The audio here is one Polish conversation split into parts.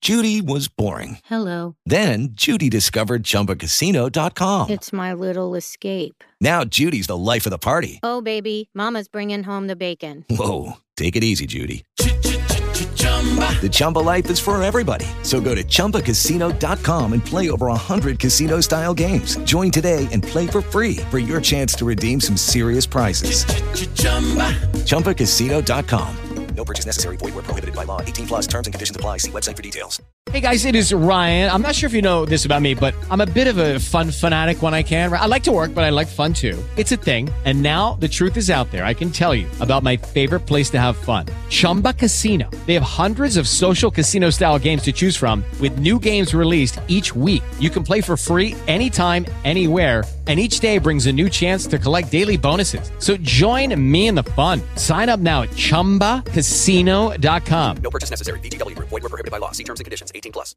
Judy was boring. Hello. Then Judy discovered ChumbaCasino.com. It's my little escape. Now Judy's the life of the party. Oh, baby, mama's bringing home the bacon. Whoa, take it easy, Judy. The Chumba life is for everybody. So go to ChumbaCasino.com and play over 100 casino-style games. Join today and play for free for your chance to redeem some serious prizes. ChumbaCasino.com. No purchase necessary. Void where prohibited by law. 18 plus terms and conditions apply. See website for details. Hey guys, it is Ryan. I'm not sure if you know this about me, but I'm a bit of a fun fanatic when I can. I like to work, but I like fun too. It's a thing. And now the truth is out there. I can tell you about my favorite place to have fun. Chumba Casino. They have hundreds of social casino style games to choose from with new games released each week. You can play for free anytime, anywhere. And each day brings a new chance to collect daily bonuses. So join me in the fun. Sign up now at ChumbaCasino.com. No purchase necessary. VGW Group. Void where prohibited by law. See terms and conditions. 18 plus.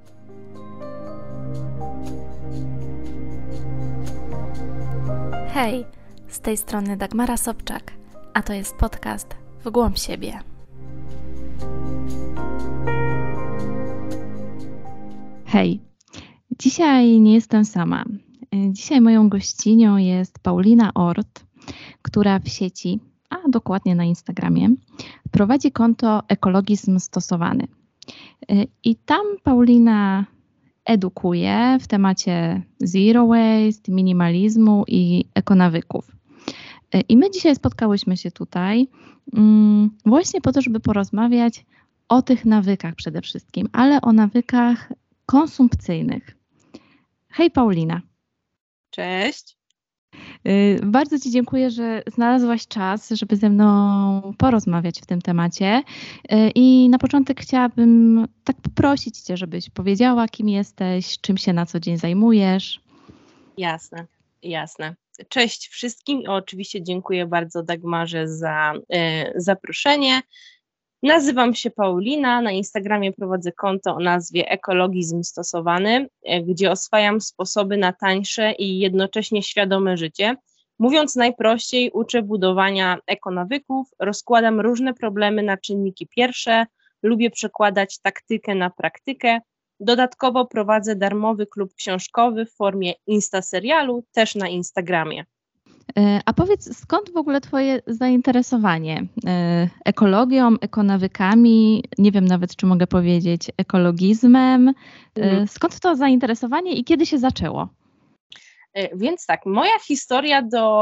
Hej, z tej strony Dagmara Sobczak, a to jest podcast W głąb siebie. Hej, dzisiaj nie jestem sama. Dzisiaj moją gościnią jest Paulina Ort, która w sieci, a dokładnie na Instagramie, prowadzi konto Ekologizm Stosowany. I tam Paulina edukuje w temacie zero waste, minimalizmu i ekonawyków. I my dzisiaj spotkałyśmy się tutaj właśnie po to, żeby porozmawiać o tych nawykach przede wszystkim, ale o nawykach konsumpcyjnych. Hej Paulina. Cześć. Bardzo Ci dziękuję, że znalazłaś czas, żeby ze mną porozmawiać w tym temacie. I na początek chciałabym tak poprosić Cię, żebyś powiedziała, kim jesteś, czym się na co dzień zajmujesz. Jasne. Cześć wszystkim i oczywiście dziękuję bardzo Dagmarze za zaproszenie. Nazywam się Paulina, na Instagramie prowadzę konto o nazwie Ekologizm Stosowany, gdzie oswajam sposoby na tańsze i jednocześnie świadome życie. Mówiąc najprościej, uczę budowania ekonawyków, rozkładam różne problemy na czynniki pierwsze, lubię przekładać taktykę na praktykę. Dodatkowo prowadzę darmowy klub książkowy w formie instaserialu, też na Instagramie. A powiedz, skąd w ogóle Twoje zainteresowanie ekologią, ekonawykami, nie wiem nawet, czy mogę powiedzieć, ekologizmem? Skąd to zainteresowanie i kiedy się zaczęło? Więc tak, moja historia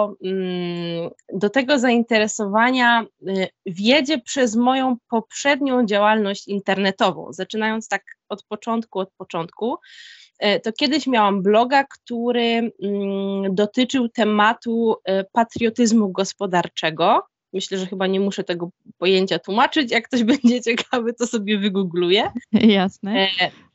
do tego zainteresowania wiedzie przez moją poprzednią działalność internetową. Zaczynając tak od początku, to kiedyś miałam bloga, który dotyczył tematu patriotyzmu gospodarczego. Myślę, że chyba nie muszę tego pojęcia tłumaczyć. Jak ktoś będzie ciekawy, to sobie wygoogluje. Jasne.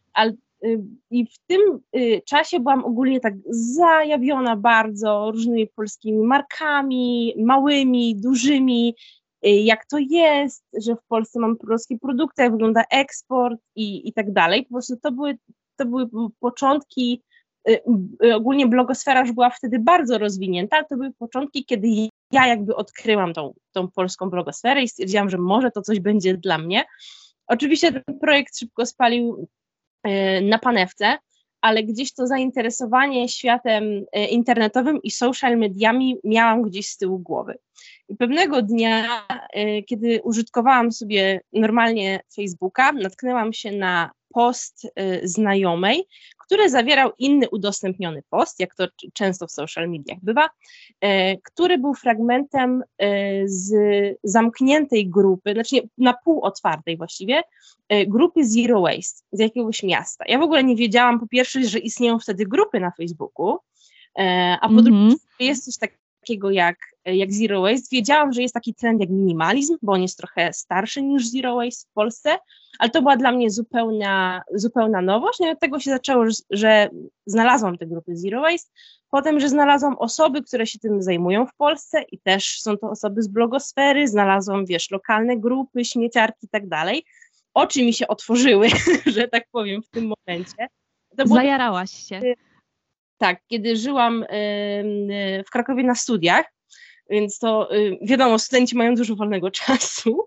I w tym czasie byłam ogólnie tak zajawiona bardzo różnymi polskimi markami, małymi, dużymi, jak to jest, że w Polsce mamy polskie produkty, jak wygląda eksport i tak dalej. Po prostu to były początki, ogólnie blogosfera już była wtedy bardzo rozwinięta, ale to były początki, kiedy ja jakby odkryłam tą polską blogosferę i stwierdziłam, że może to coś będzie dla mnie. Oczywiście ten projekt szybko spalił na panewce, ale gdzieś to zainteresowanie światem internetowym i social mediami miałam gdzieś z tyłu głowy. I pewnego dnia, kiedy użytkowałam sobie normalnie Facebooka, natknęłam się na post znajomej, który zawierał inny udostępniony post, jak to często w social mediach bywa, który był fragmentem z zamkniętej grupy, znaczy na pół otwartej właściwie, grupy Zero Waste z jakiegoś miasta. Ja w ogóle nie wiedziałam po pierwsze, że istnieją wtedy grupy na Facebooku, a po drugie, że jest coś takiego jak Zero Waste. Wiedziałam, że jest taki trend jak minimalizm, bo on jest trochę starszy niż Zero Waste w Polsce, ale to była dla mnie zupełna nowość. No i od tego się zaczęło, że znalazłam te grupy Zero Waste, potem, że znalazłam osoby, które się tym zajmują w Polsce i też są to osoby z blogosfery, znalazłam, lokalne grupy, śmieciarki i tak dalej. Oczy mi się otworzyły, że tak powiem, w tym momencie. Zajarałaś się. Tak, kiedy żyłam w Krakowie na studiach, więc to wiadomo, studenci mają dużo wolnego czasu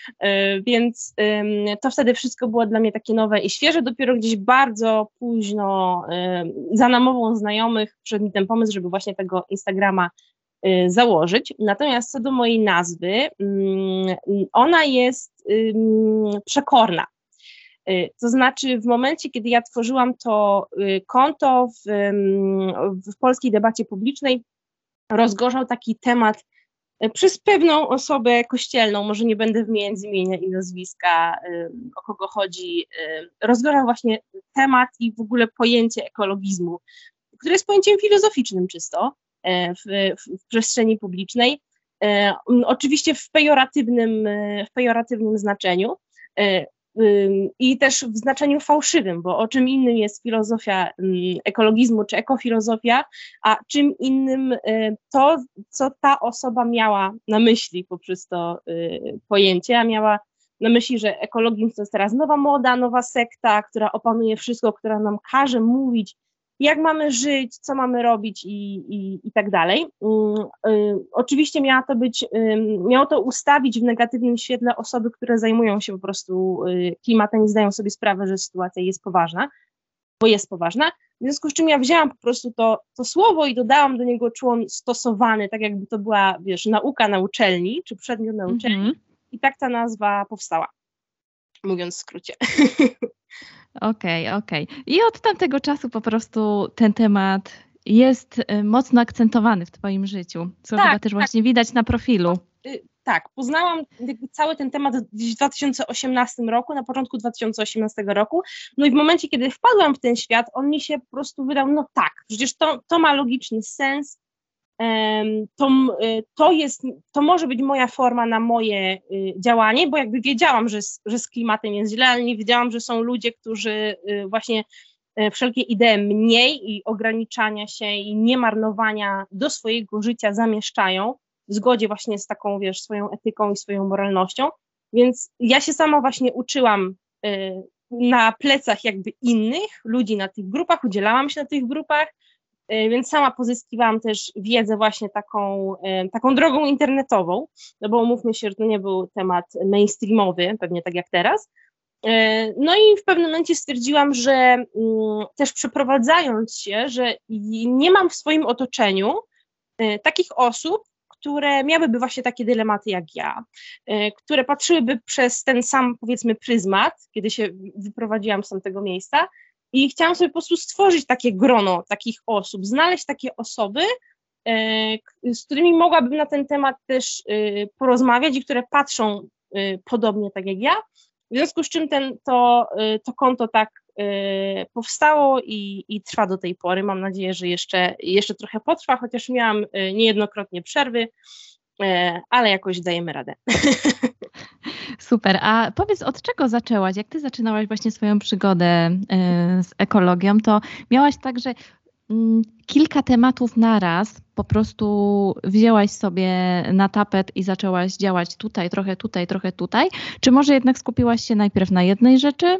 Więc to wtedy wszystko było dla mnie takie nowe i świeże. Dopiero gdzieś bardzo późno za namową znajomych przyszedł mi ten pomysł, żeby właśnie tego Instagrama założyć. Natomiast co do mojej nazwy, ona jest przekorna. To znaczy w momencie, kiedy ja tworzyłam to konto w polskiej debacie publicznej, rozgorzał taki temat przez pewną osobę kościelną, może nie będę wymieniać z imienia i nazwiska, o kogo chodzi, rozgorzał właśnie temat i w ogóle pojęcie ekologizmu, które jest pojęciem filozoficznym czysto w przestrzeni publicznej, oczywiście w pejoratywnym znaczeniu, i też w znaczeniu fałszywym, bo o czym innym jest filozofia ekologizmu czy ekofilozofia, a czym innym to, co ta osoba miała na myśli poprzez to pojęcie, a miała na myśli, że ekologizm to jest teraz nowa moda, nowa sekta, która opanuje wszystko, która nam każe mówić, jak mamy żyć, co mamy robić i tak dalej. Oczywiście miało to ustawić w negatywnym świetle osoby, które zajmują się po prostu klimatem i zdają sobie sprawę, że sytuacja jest poważna, bo jest poważna. W związku z czym ja wzięłam po prostu to słowo i dodałam do niego człon stosowany, tak jakby to była, nauka na uczelni, czy przedmiot na uczelni. I tak ta nazwa powstała, mówiąc w skrócie. Okej. I od tamtego czasu po prostu ten temat jest mocno akcentowany w Twoim życiu, co chyba też właśnie widać na profilu. Tak, poznałam cały ten temat w 2018 roku, na początku 2018 roku, no i w momencie, kiedy wpadłam w ten świat, on mi się po prostu wydał, no tak, przecież to ma logiczny sens, to może być moja forma na moje działanie, bo jakby wiedziałam, że z klimatem jest źle, ale nie wiedziałam, że są ludzie, którzy właśnie wszelkie idee mniej i ograniczania się i niemarnowania do swojego życia zamieszczają w zgodzie właśnie z taką, swoją etyką i swoją moralnością, więc ja się sama właśnie uczyłam na plecach jakby innych ludzi na tych grupach, udzielałam się na tych grupach, więc sama pozyskiwałam też wiedzę właśnie taką drogą internetową, no bo umówmy się, że to nie był temat mainstreamowy, pewnie tak jak teraz. No i w pewnym momencie stwierdziłam, że też przeprowadzając się, że nie mam w swoim otoczeniu takich osób, które miałyby właśnie takie dylematy jak ja, które patrzyłyby przez ten sam, powiedzmy, pryzmat, kiedy się wyprowadziłam z tamtego miejsca, i chciałam sobie po prostu stworzyć takie grono takich osób, znaleźć takie osoby, z którymi mogłabym na ten temat też porozmawiać i które patrzą podobnie tak jak ja. W związku z czym to konto tak powstało i trwa do tej pory. Mam nadzieję, że jeszcze trochę potrwa, chociaż miałam niejednokrotnie przerwy, ale jakoś dajemy radę. Super. A powiedz, od czego zaczęłaś? Jak ty zaczynałaś właśnie swoją przygodę z ekologią, to miałaś tak, że kilka tematów naraz po prostu wzięłaś sobie na tapet i zaczęłaś działać tutaj, trochę tutaj? Czy może jednak skupiłaś się najpierw na jednej rzeczy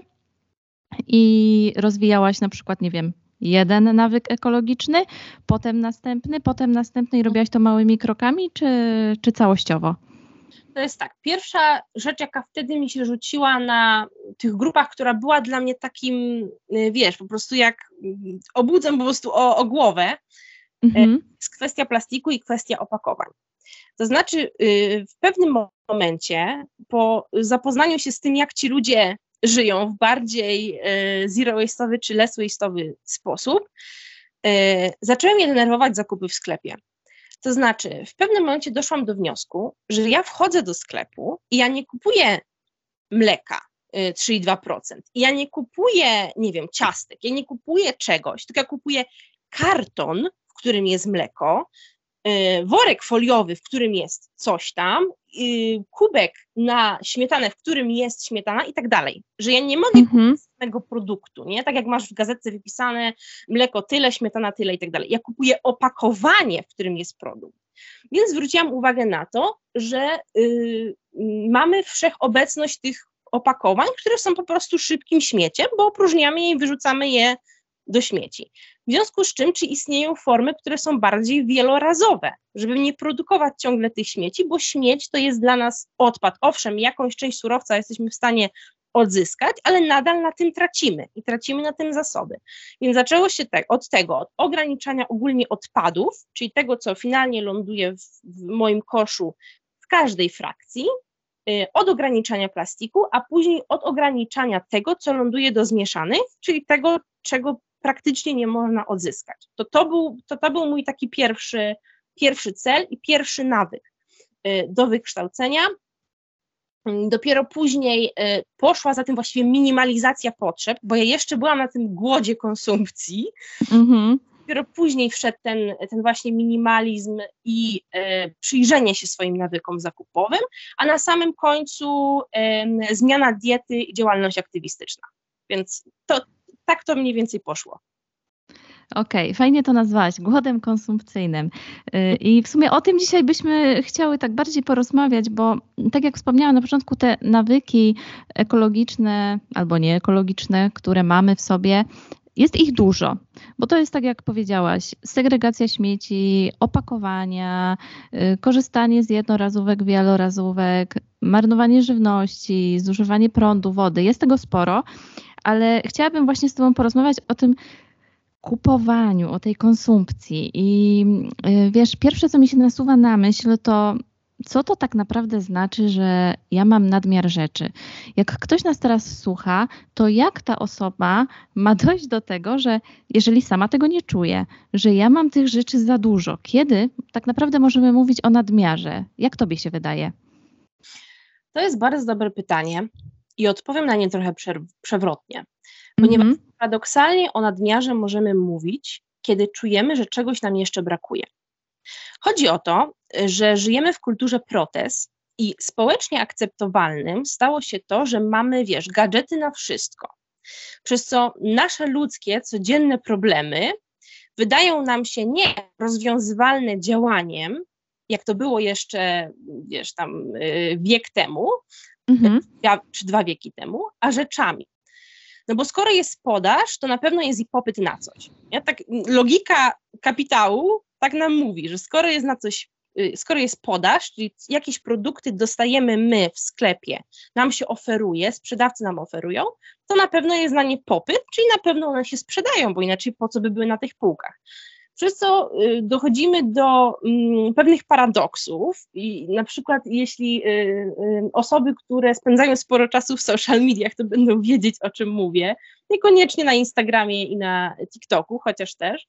i rozwijałaś na przykład, nie wiem, jeden nawyk ekologiczny, potem następny i robiłaś to małymi krokami, czy całościowo? To jest tak, pierwsza rzecz, jaka wtedy mi się rzuciła na tych grupach, która była dla mnie takim, po prostu jak obudzem po prostu o głowę, jest kwestia plastiku i kwestia opakowań. To znaczy w pewnym momencie, po zapoznaniu się z tym, jak ci ludzie żyją w bardziej zero waste'owy czy less waste'owy sposób, zaczęły mnie denerwować zakupy w sklepie. To znaczy, w pewnym momencie doszłam do wniosku, że ja wchodzę do sklepu i ja nie kupuję mleka 3,2%. I ja nie kupuję, ciastek, ja nie kupuję czegoś, tylko ja kupuję karton, w którym jest mleko, worek foliowy, w którym jest coś tam, kubek na śmietanę, w którym jest śmietana i tak dalej. Że ja nie mogę kupić samego produktu, nie? Tak jak masz w gazetce wypisane mleko tyle, śmietana tyle i tak dalej. Ja kupuję opakowanie, w którym jest produkt. Więc zwróciłam uwagę na to, że mamy wszechobecność tych opakowań, które są po prostu szybkim śmieciem, bo opróżniamy je i wyrzucamy je do śmieci. W związku z czym, czy istnieją formy, które są bardziej wielorazowe, żeby nie produkować ciągle tych śmieci, bo śmieć to jest dla nas odpad. Owszem, jakąś część surowca jesteśmy w stanie odzyskać, ale nadal na tym tracimy i tracimy na tym zasoby. Więc zaczęło się od ograniczania ogólnie odpadów, czyli tego, co finalnie ląduje w moim koszu w każdej frakcji, od ograniczania plastiku, a później od ograniczania tego, co ląduje do zmieszanych, czyli tego, czego praktycznie nie można odzyskać. To był mój taki pierwszy cel i pierwszy nawyk do wykształcenia. Dopiero później poszła za tym właściwie minimalizacja potrzeb, bo ja jeszcze byłam na tym głodzie konsumpcji. Dopiero później wszedł ten właśnie minimalizm i przyjrzenie się swoim nawykom zakupowym, a na samym końcu zmiana diety i działalność aktywistyczna. Więc tak to mniej więcej poszło. Okej, fajnie to nazwałaś, głodem konsumpcyjnym. I w sumie o tym dzisiaj byśmy chciały tak bardziej porozmawiać, bo tak jak wspomniałam na początku, te nawyki ekologiczne albo nieekologiczne, które mamy w sobie, jest ich dużo, bo to jest tak jak powiedziałaś, segregacja śmieci, opakowania, korzystanie z jednorazówek, wielorazówek, marnowanie żywności, zużywanie prądu, wody, jest tego sporo, ale chciałabym właśnie z Tobą porozmawiać o tym kupowaniu, o tej konsumpcji i wiesz, pierwsze co mi się nasuwa na myśl to co to tak naprawdę znaczy, że ja mam nadmiar rzeczy. Jak ktoś nas teraz słucha, to jak ta osoba ma dojść do tego, że jeżeli sama tego nie czuje, że ja mam tych rzeczy za dużo, kiedy tak naprawdę możemy mówić o nadmiarze? Jak tobie się wydaje? To jest bardzo dobre pytanie i odpowiem na nie trochę przewrotnie, ponieważ paradoksalnie o nadmiarze możemy mówić, kiedy czujemy, że czegoś nam jeszcze brakuje. Chodzi o to, że żyjemy w kulturze protez i społecznie akceptowalnym stało się to, że mamy, gadżety na wszystko, przez co nasze ludzkie, codzienne problemy wydają nam się nie rozwiązywalne działaniem, jak to było jeszcze, wiek temu, czy 2 wieki temu, a rzeczami. No bo skoro jest podaż, to na pewno jest i popyt na coś. Logika kapitału tak nam mówi, że skoro jest podaż, czyli jakieś produkty dostajemy my w sklepie, nam się oferuje, sprzedawcy nam oferują, to na pewno jest na nie popyt, czyli na pewno one się sprzedają, bo inaczej po co by były na tych półkach. Przez co dochodzimy do pewnych paradoksów i na przykład jeśli osoby, które spędzają sporo czasu w social mediach, to będą wiedzieć, o czym mówię, niekoniecznie na Instagramie i na TikToku, chociaż też,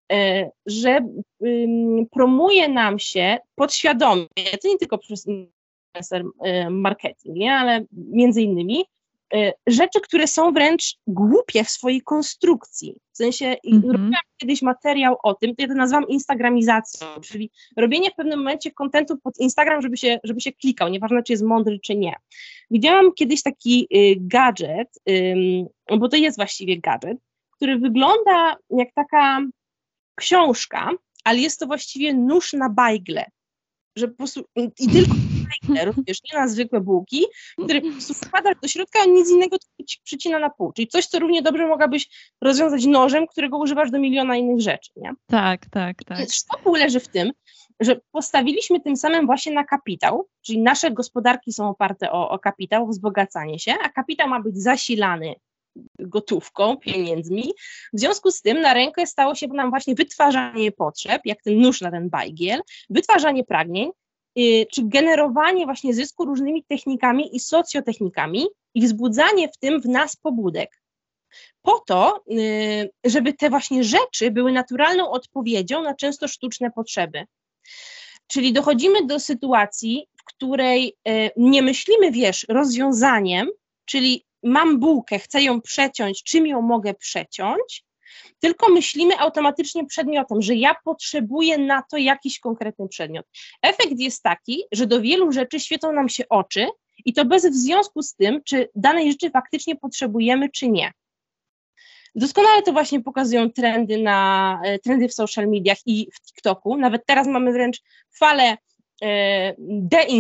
że promuje nam się podświadomie, to nie tylko przez influencer marketing, nie, ale między innymi rzeczy, które są wręcz głupie w swojej konstrukcji. W sensie robiłam kiedyś materiał o tym, to ja to nazywam instagramizacją, czyli robienie w pewnym momencie kontentu pod Instagram, żeby się klikał, nieważne czy jest mądry, czy nie. Widziałam kiedyś taki gadżet, bo to jest właściwie gadżet, który wygląda jak taka książka, ale jest to właściwie nóż na bajgle, że po prostu i tylko bajgle, również nie na zwykłe bułki, który po prostu wkładasz do środka, a nic innego ci przycina na pół, czyli coś, co równie dobrze mogłabyś rozwiązać nożem, którego używasz do miliona innych rzeczy, nie? Tak. Szkopuł leży w tym, że postawiliśmy tym samym właśnie na kapitał, czyli nasze gospodarki są oparte o kapitał, o wzbogacanie się, a kapitał ma być zasilany gotówką, pieniędzmi. W związku z tym na rękę stało się nam właśnie wytwarzanie potrzeb, jak ten nóż na ten bajgiel, wytwarzanie pragnień, czy generowanie właśnie zysku różnymi technikami i socjotechnikami i wzbudzanie w tym w nas pobudek. Po to, żeby te właśnie rzeczy były naturalną odpowiedzią na często sztuczne potrzeby. Czyli dochodzimy do sytuacji, w której nie myślimy, rozwiązaniem, czyli mam bułkę, chcę ją przeciąć, czym ją mogę przeciąć, tylko myślimy automatycznie przedmiotem, że ja potrzebuję na to jakiś konkretny przedmiot. Efekt jest taki, że do wielu rzeczy świecą nam się oczy i to bez związku z tym, czy danej rzeczy faktycznie potrzebujemy, czy nie. Doskonale to właśnie pokazują trendy w social mediach i w TikToku. Nawet teraz mamy wręcz falę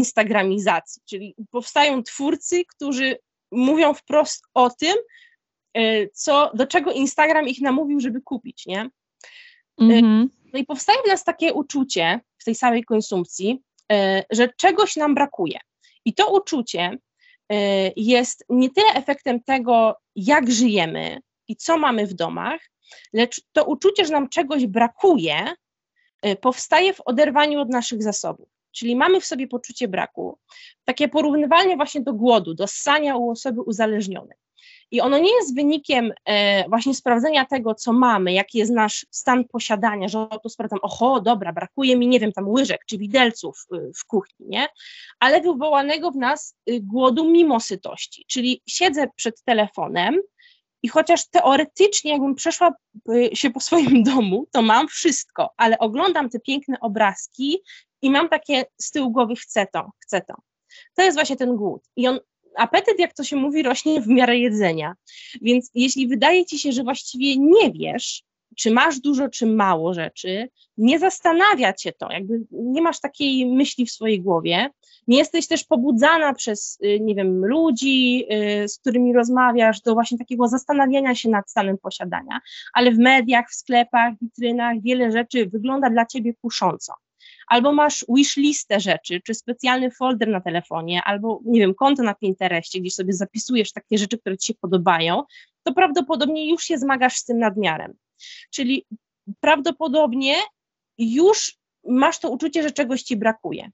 deinstagramizacji, czyli powstają twórcy, którzy mówią wprost o tym, do czego Instagram ich namówił, żeby kupić, nie? No i powstaje w nas takie uczucie w tej samej konsumpcji, że czegoś nam brakuje. I to uczucie jest nie tyle efektem tego, jak żyjemy i co mamy w domach, lecz to uczucie, że nam czegoś brakuje, powstaje w oderwaniu od naszych zasobów. Czyli mamy w sobie poczucie braku, takie porównywalnie właśnie do głodu, do ssania u osoby uzależnionej. I ono nie jest wynikiem właśnie sprawdzenia tego, co mamy, jaki jest nasz stan posiadania, że tu sprawdzam, dobra, brakuje mi, nie wiem, tam łyżek czy widelców w kuchni, nie? Ale wywołanego w nas głodu mimo sytości. Czyli siedzę przed telefonem i chociaż teoretycznie jakbym przeszła się po swoim domu, to mam wszystko, ale oglądam te piękne obrazki i mam takie z tyłu głowy chcę to. To jest właśnie ten głód. I apetyt, jak to się mówi, rośnie w miarę jedzenia. Więc jeśli wydaje ci się, że właściwie nie wiesz, czy masz dużo, czy mało rzeczy, nie zastanawia cię to, jakby nie masz takiej myśli w swojej głowie, nie jesteś też pobudzana przez, nie wiem, ludzi, z którymi rozmawiasz, do właśnie takiego zastanawiania się nad stanem posiadania, ale w mediach, w sklepach, witrynach wiele rzeczy wygląda dla ciebie kusząco. Albo masz wishlistę rzeczy, czy specjalny folder na telefonie, albo, nie wiem, konto na Pinterestie, gdzie sobie zapisujesz takie rzeczy, które ci się podobają, to prawdopodobnie już się zmagasz z tym nadmiarem. Czyli prawdopodobnie już masz to uczucie, że czegoś ci brakuje.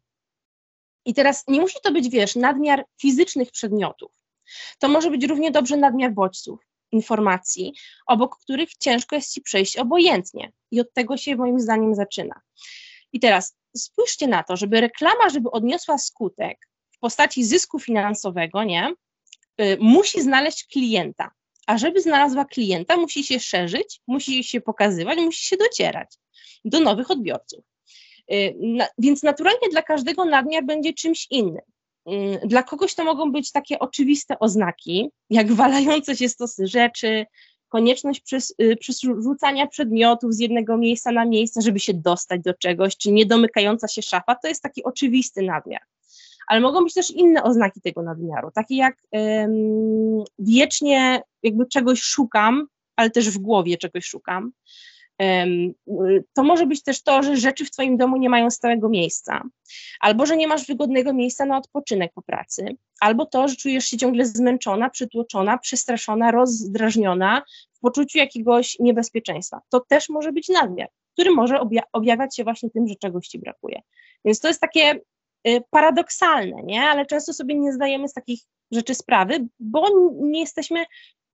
I teraz nie musi to być, wiesz, nadmiar fizycznych przedmiotów. To może być równie dobrze nadmiar bodźców, informacji, obok których ciężko jest ci przejść obojętnie. I od tego się moim zdaniem zaczyna. I teraz spójrzcie na to, żeby reklama, żeby odniosła skutek w postaci zysku finansowego, nie, musi znaleźć klienta. A żeby znalazła klienta, musi się szerzyć, musi się pokazywać, musi się docierać do nowych odbiorców. Więc naturalnie dla każdego nadmiar będzie czymś innym. Dla kogoś to mogą być takie oczywiste oznaki, jak walające się stosy rzeczy, konieczność przerzucania przedmiotów z jednego miejsca na miejsce, żeby się dostać do czegoś, czy niedomykająca się szafa, to jest taki oczywisty nadmiar. Ale mogą być też inne oznaki tego nadmiaru, takie jak wiecznie jakby czegoś szukam, ale też w głowie czegoś szukam. To może być też to, że rzeczy w twoim domu nie mają stałego miejsca, albo że nie masz wygodnego miejsca na odpoczynek po pracy, albo to, że czujesz się ciągle zmęczona, przytłoczona, przestraszona, rozdrażniona w poczuciu jakiegoś niebezpieczeństwa. To też może być nadmiar, który może objawiać się właśnie tym, że czegoś ci brakuje. Więc to jest takie paradoksalne, nie? Ale często sobie nie zdajemy z takich rzeczy sprawy, bo nie jesteśmy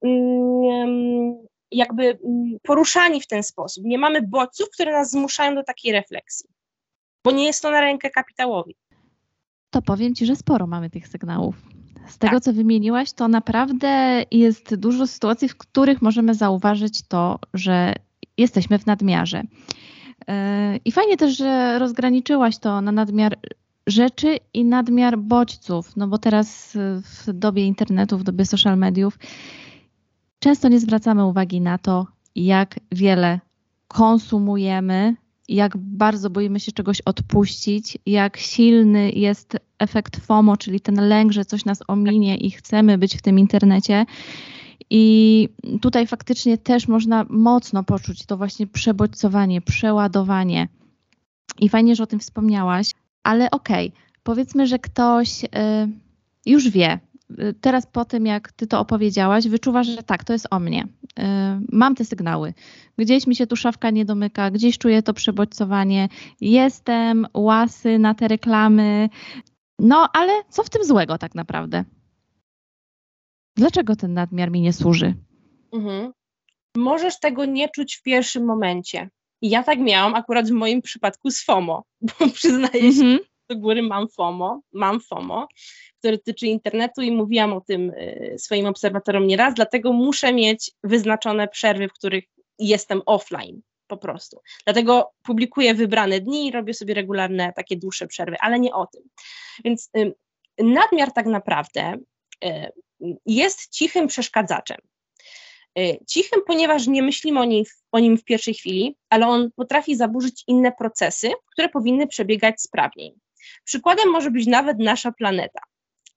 jakby poruszani w ten sposób. Nie mamy bodźców, które nas zmuszają do takiej refleksji, bo nie jest to na rękę kapitałowi. To powiem ci, że sporo mamy tych sygnałów. Z tego, co wymieniłaś, to naprawdę jest dużo sytuacji, w których możemy zauważyć to, że jesteśmy w nadmiarze. I fajnie też, że rozgraniczyłaś to na nadmiar rzeczy i nadmiar bodźców, no bo teraz w dobie internetu, w dobie social mediów często nie zwracamy uwagi na to, jak wiele konsumujemy, jak bardzo boimy się czegoś odpuścić, jak silny jest efekt FOMO, czyli ten lęk, że coś nas ominie i chcemy być w tym internecie. I tutaj faktycznie też można mocno poczuć to właśnie przebodźcowanie, przeładowanie. I fajnie, że o tym wspomniałaś, ale okej, powiedzmy, że ktoś już wie. Teraz po tym, jak ty to opowiedziałaś, wyczuwasz, że tak, to jest o mnie. Mam te sygnały. Gdzieś mi się tu szafka nie domyka, gdzieś czuję to przebodźcowanie. Jestem łasy na te reklamy. No, ale co w tym złego tak naprawdę? Dlaczego ten nadmiar mi nie służy? Możesz tego nie czuć w pierwszym momencie. I ja tak miałam akurat w moim przypadku z FOMO, bo przyznaję się do góry, mam FOMO, które dotyczy internetu i mówiłam o tym swoim obserwatorom nieraz, dlatego muszę mieć wyznaczone przerwy, w których jestem offline po prostu. Dlatego publikuję wybrane dni i robię sobie regularne takie dłuższe przerwy, ale nie o tym. Więc nadmiar tak naprawdę jest cichym przeszkadzaczem. Cichym, ponieważ nie myślimy o nim w pierwszej chwili, ale on potrafi zaburzyć inne procesy, które powinny przebiegać sprawniej. Przykładem może być nawet nasza planeta.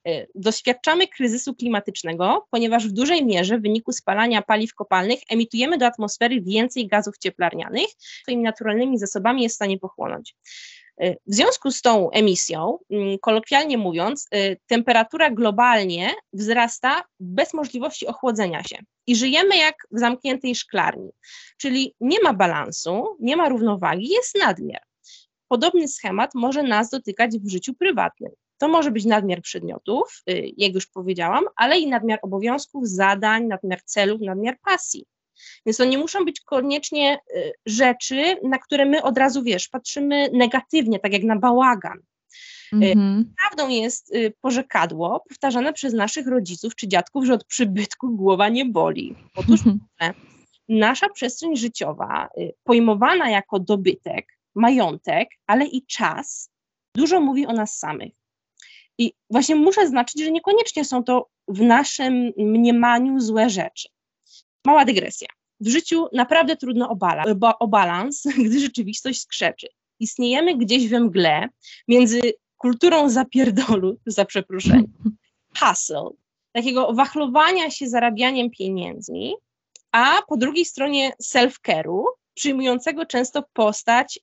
Doświadczamy kryzysu klimatycznego, ponieważ w dużej mierze w wyniku spalania paliw kopalnych emitujemy do atmosfery więcej gazów cieplarnianych, swoimi naturalnymi zasobami jest w stanie pochłonąć. W związku z tą emisją, kolokwialnie mówiąc, temperatura globalnie wzrasta bez możliwości ochłodzenia się i żyjemy jak w zamkniętej szklarni, czyli nie ma balansu, nie ma równowagi, jest nadmiar. Podobny schemat może nas dotykać w życiu prywatnym. To może być nadmiar przedmiotów, jak już powiedziałam, ale i nadmiar obowiązków, zadań, nadmiar celów, nadmiar pasji. Więc to nie muszą być koniecznie rzeczy, na które my od razu, patrzymy negatywnie, tak jak na bałagan. Prawdą jest porzekadło powtarzane przez naszych rodziców czy dziadków, że od przybytku głowa nie boli. Otóż nasza przestrzeń życiowa, pojmowana jako dobytek, majątek, ale i czas, dużo mówi o nas samych. I właśnie muszę zaznaczyć, że niekoniecznie są to w naszym mniemaniu złe rzeczy. Mała dygresja. W życiu naprawdę trudno o balans, gdy rzeczywistość skrzeczy. Istniejemy gdzieś we mgle między kulturą zapierdolu, za przeproszenie, hustle, takiego wachlowania się zarabianiem pieniędzmi, a po drugiej stronie self-care'u, przyjmującego często postać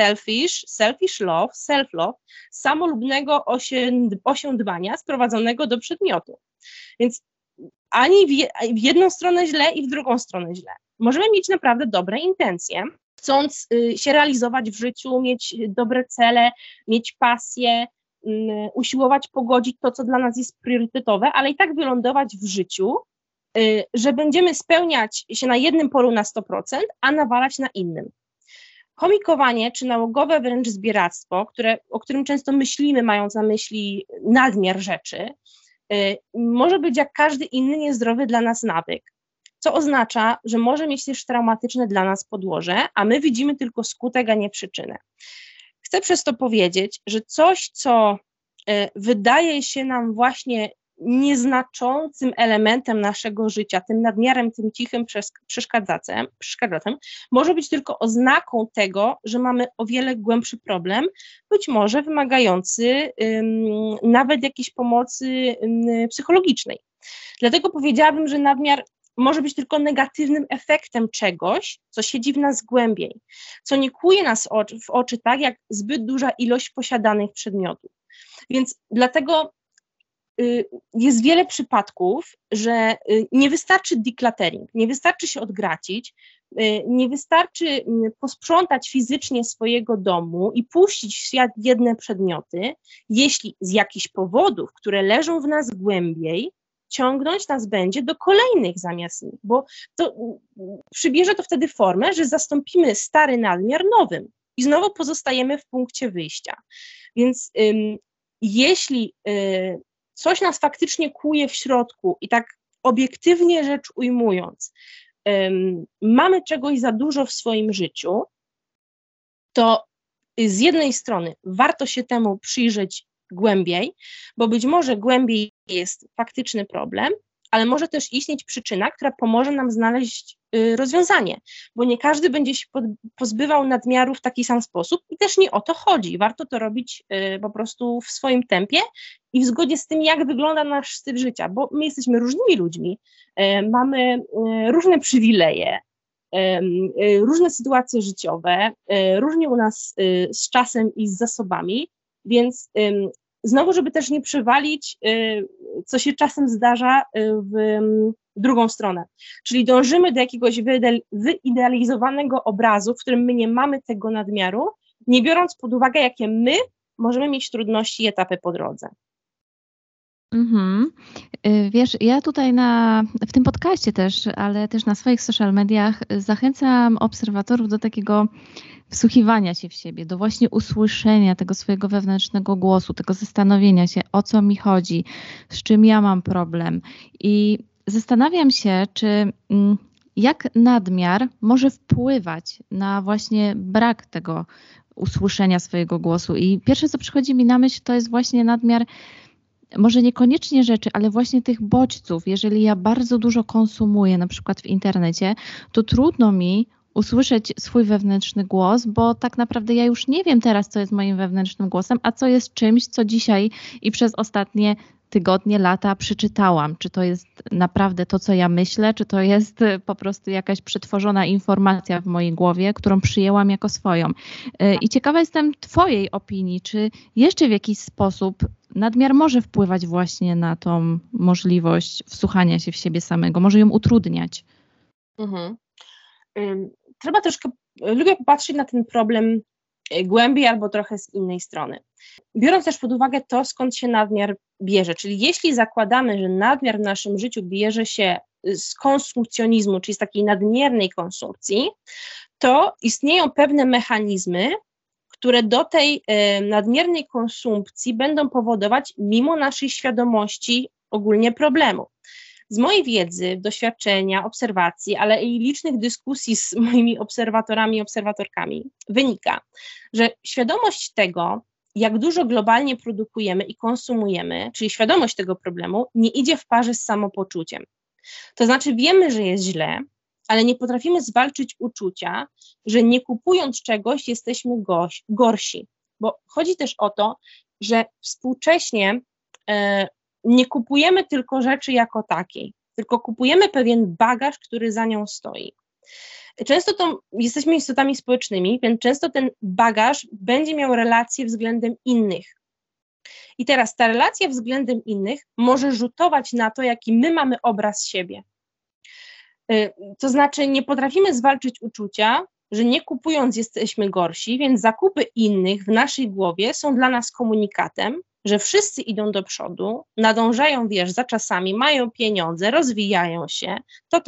self-love, samolubnego osiądbania sprowadzonego do przedmiotu. Więc ani w jedną stronę źle i w drugą stronę źle. Możemy mieć naprawdę dobre intencje, chcąc się realizować w życiu, mieć dobre cele, mieć pasję, usiłować pogodzić to, co dla nas jest priorytetowe, ale i tak wylądować w życiu, że będziemy spełniać się na jednym polu na 100%, a nawalać na innym. Chomikowanie czy nałogowe wręcz zbieractwo, o którym często myślimy, mając na myśli nadmiar rzeczy, może być jak każdy inny niezdrowy dla nas nawyk, co oznacza, że może mieć też traumatyczne dla nas podłoże, a my widzimy tylko skutek, a nie przyczynę. Chcę przez to powiedzieć, że coś, co wydaje się nam właśnie nieznaczącym elementem naszego życia, tym nadmiarem, tym cichym przeszkadzaczem, może być tylko oznaką tego, że mamy o wiele głębszy problem, być może wymagający nawet jakiejś pomocy psychologicznej. Dlatego powiedziałabym, że nadmiar może być tylko negatywnym efektem czegoś, co siedzi w nas głębiej, co nie kłuje nas w oczy tak, jak zbyt duża ilość posiadanych przedmiotów. Więc dlatego jest wiele przypadków, że nie wystarczy decluttering, nie wystarczy się odgracić, nie wystarczy posprzątać fizycznie swojego domu i puścić w świat jedne przedmioty, jeśli z jakichś powodów, które leżą w nas głębiej, ciągnąć nas będzie do kolejnych zamiast nich, bo to przybierze to wtedy formę, że zastąpimy stary nadmiar nowym i znowu pozostajemy w punkcie wyjścia. Więc jeśli coś nas faktycznie kłuje w środku i tak obiektywnie rzecz ujmując, mamy czegoś za dużo w swoim życiu, to z jednej strony warto się temu przyjrzeć głębiej, bo być może głębiej jest faktyczny problem, ale może też istnieć przyczyna, która pomoże nam znaleźć rozwiązanie, bo nie każdy będzie się pozbywał nadmiaru w taki sam sposób i też nie o to chodzi. Warto to robić po prostu w swoim tempie i w zgodzie z tym, jak wygląda nasz styl życia, bo my jesteśmy różnymi ludźmi, mamy różne przywileje, różne sytuacje życiowe, różnie u nas z czasem i z zasobami, więc znowu, żeby też nie przewalić, co się czasem zdarza w drugą stronę. Czyli dążymy do jakiegoś wyidealizowanego obrazu, w którym my nie mamy tego nadmiaru, nie biorąc pod uwagę, jakie my możemy mieć trudności i etapy po drodze. Wiesz, ja tutaj w tym podcaście też, ale też na swoich social mediach zachęcam obserwatorów do takiego wsłuchiwania się w siebie, do właśnie usłyszenia tego swojego wewnętrznego głosu, tego zastanowienia się, o co mi chodzi, z czym ja mam problem. I zastanawiam się, jak nadmiar może wpływać na właśnie brak tego usłyszenia swojego głosu. I pierwsze, co przychodzi mi na myśl, to jest właśnie nadmiar może niekoniecznie rzeczy, ale właśnie tych bodźców. Jeżeli ja bardzo dużo konsumuję, na przykład w internecie, to trudno mi usłyszeć swój wewnętrzny głos, bo tak naprawdę ja już nie wiem teraz, co jest moim wewnętrznym głosem, a co jest czymś, co dzisiaj i przez ostatnie tygodnie, lata przeczytałam. Czy to jest naprawdę to, co ja myślę, czy to jest po prostu jakaś przetworzona informacja w mojej głowie, którą przyjęłam jako swoją. I ciekawa jestem twojej opinii, czy jeszcze w jakiś sposób nadmiar może wpływać właśnie na tą możliwość wsłuchania się w siebie samego, może ją utrudniać? Trzeba troszkę, lubię popatrzeć na ten problem głębiej albo trochę z innej strony. Biorąc też pod uwagę to, skąd się nadmiar bierze, czyli jeśli zakładamy, że nadmiar w naszym życiu bierze się z konsumpcjonizmu, czyli z takiej nadmiernej konsumpcji, to istnieją pewne mechanizmy, które do tej nadmiernej konsumpcji będą powodować mimo naszej świadomości ogólnie problemu. Z mojej wiedzy, doświadczenia, obserwacji, ale i licznych dyskusji z moimi obserwatorami i obserwatorkami wynika, że świadomość tego, jak dużo globalnie produkujemy i konsumujemy, czyli świadomość tego problemu, nie idzie w parze z samopoczuciem. To znaczy wiemy, że jest źle, ale nie potrafimy zwalczyć uczucia, że nie kupując czegoś jesteśmy gorsi. Bo chodzi też o to, że współcześnie nie kupujemy tylko rzeczy jako takiej, tylko kupujemy pewien bagaż, który za nią stoi. Często to jesteśmy istotami społecznymi, więc często ten bagaż będzie miał relacje względem innych. I teraz ta relacja względem innych może rzutować na to, jaki my mamy obraz siebie. To znaczy nie potrafimy zwalczyć uczucia, że nie kupując jesteśmy gorsi, więc zakupy innych w naszej głowie są dla nas komunikatem, że wszyscy idą do przodu, nadążają, za czasami, mają pieniądze, rozwijają się,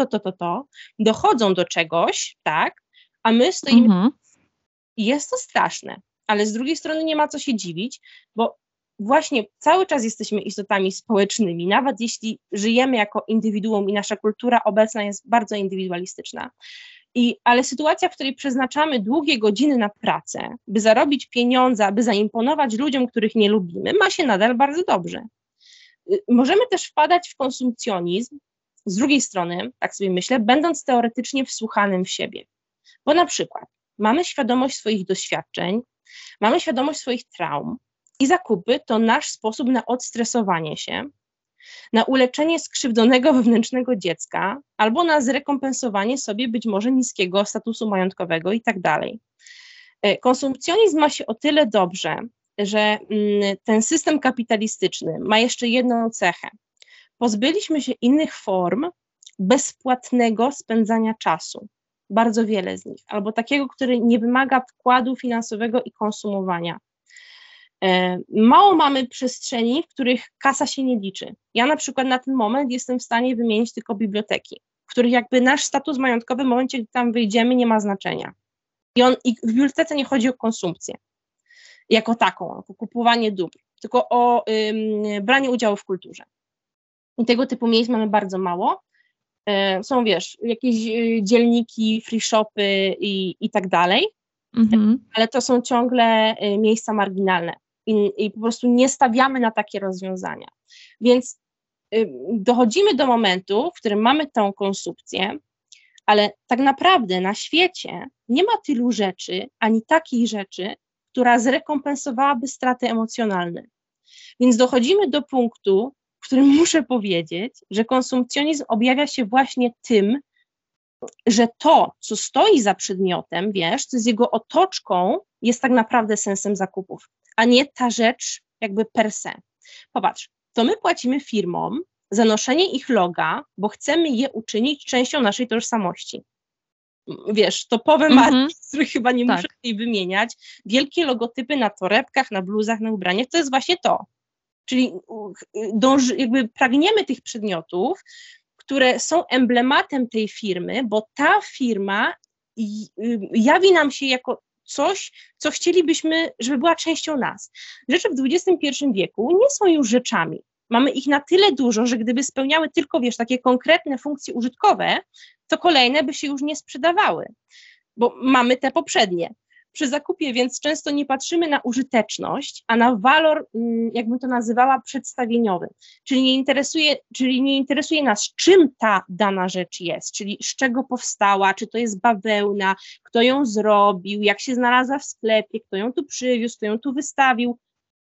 dochodzą do czegoś, tak, a my stoimy. I jest to straszne, ale z drugiej strony nie ma co się dziwić, bo właśnie cały czas jesteśmy istotami społecznymi, nawet jeśli żyjemy jako indywiduum i nasza kultura obecna jest bardzo indywidualistyczna. Ale sytuacja, w której przeznaczamy długie godziny na pracę, by zarobić pieniądze, aby zaimponować ludziom, których nie lubimy, ma się nadal bardzo dobrze. Możemy też wpadać w konsumpcjonizm, z drugiej strony, tak sobie myślę, będąc teoretycznie wsłuchanym w siebie. Bo na przykład mamy świadomość swoich doświadczeń, mamy świadomość swoich traum i zakupy to nasz sposób na odstresowanie się, na uleczenie skrzywdzonego wewnętrznego dziecka albo na zrekompensowanie sobie być może niskiego statusu majątkowego i tak dalej. Konsumpcjonizm ma się o tyle dobrze, że ten system kapitalistyczny ma jeszcze jedną cechę. Pozbyliśmy się innych form bezpłatnego spędzania czasu. Bardzo wiele z nich. Albo takiego, który nie wymaga wkładu finansowego i konsumowania. Mało mamy przestrzeni, w których kasa się nie liczy. Ja na przykład na ten moment jestem w stanie wymienić tylko biblioteki, w których jakby nasz status majątkowy w momencie, gdy tam wyjdziemy, nie ma znaczenia. I w bibliotece nie chodzi o konsumpcję jako taką, o kupowanie dóbr, tylko o branie udziału w kulturze. I tego typu miejsc mamy bardzo mało. Są, jakieś dzielniki, free shopy i tak dalej, ale to są ciągle miejsca marginalne i po prostu nie stawiamy na takie rozwiązania. Więc dochodzimy do momentu, w którym mamy tą konsumpcję, ale tak naprawdę na świecie nie ma tylu rzeczy, ani takiej rzeczy, która zrekompensowałaby straty emocjonalne. Więc dochodzimy do punktu, w którym muszę powiedzieć, że konsumpcjonizm objawia się właśnie tym, że to, co stoi za przedmiotem, co z jego otoczką, jest tak naprawdę sensem zakupów, a nie ta rzecz jakby per se. Popatrz, to my płacimy firmom za noszenie ich loga, bo chcemy je uczynić częścią naszej tożsamości. Topowe marki, których chyba nie muszę tutaj wymieniać, wielkie logotypy na torebkach, na bluzach, na ubraniach, to jest właśnie to. Czyli jakby pragniemy tych przedmiotów, które są emblematem tej firmy, bo ta firma jawi nam się jako coś, co chcielibyśmy, żeby była częścią nas. Rzeczy w XXI wieku nie są już rzeczami. Mamy ich na tyle dużo, że gdyby spełniały tylko, takie konkretne funkcje użytkowe, to kolejne by się już nie sprzedawały, bo mamy te poprzednie. Przy zakupie więc często nie patrzymy na użyteczność, a na walor, jakbym to nazywała, przedstawieniowy. Czyli nie interesuje nas, czym ta dana rzecz jest, czyli z czego powstała, czy to jest bawełna, kto ją zrobił, jak się znalazła w sklepie, kto ją tu przywiózł, kto ją tu wystawił.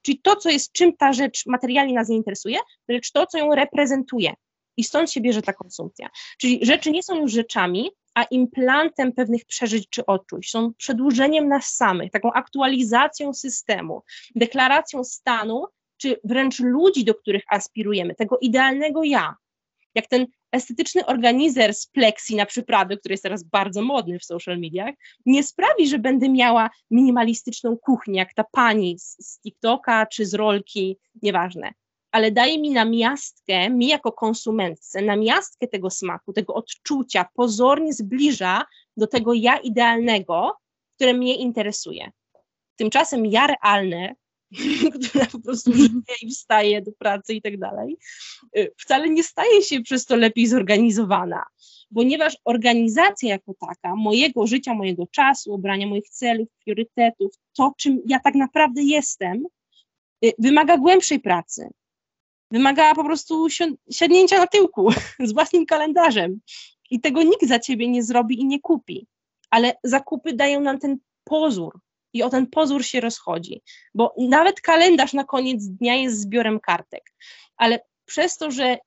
Czyli to, co jest, czym ta rzecz materialnie nas nie interesuje, lecz to, co ją reprezentuje. I stąd się bierze ta konsumpcja. Czyli rzeczy nie są już rzeczami, a implantem pewnych przeżyć czy odczuć. Są przedłużeniem nas samych, taką aktualizacją systemu, deklaracją stanu, czy wręcz ludzi, do których aspirujemy, tego idealnego ja. Jak ten estetyczny organizer z pleksji na przyprawy, który jest teraz bardzo modny w social mediach, nie sprawi, że będę miała minimalistyczną kuchnię, jak ta pani z TikToka czy z rolki, nieważne. Ale daje mi namiastkę, mi jako konsumentce, namiastkę tego smaku, tego odczucia, pozornie zbliża do tego ja idealnego, które mnie interesuje. Tymczasem ja realne, która po prostu żyje i wstaje do pracy i tak dalej, wcale nie staje się przez to lepiej zorganizowana, ponieważ organizacja jako taka mojego życia, mojego czasu, obrania moich celów, priorytetów, to czym ja tak naprawdę jestem, wymaga głębszej pracy. Wymaga po prostu siadnięcia na tyłku z własnym kalendarzem i tego nikt za ciebie nie zrobi i nie kupi, ale zakupy dają nam ten pozór i o ten pozór się rozchodzi, bo nawet kalendarz na koniec dnia jest zbiorem kartek, ale przez to, że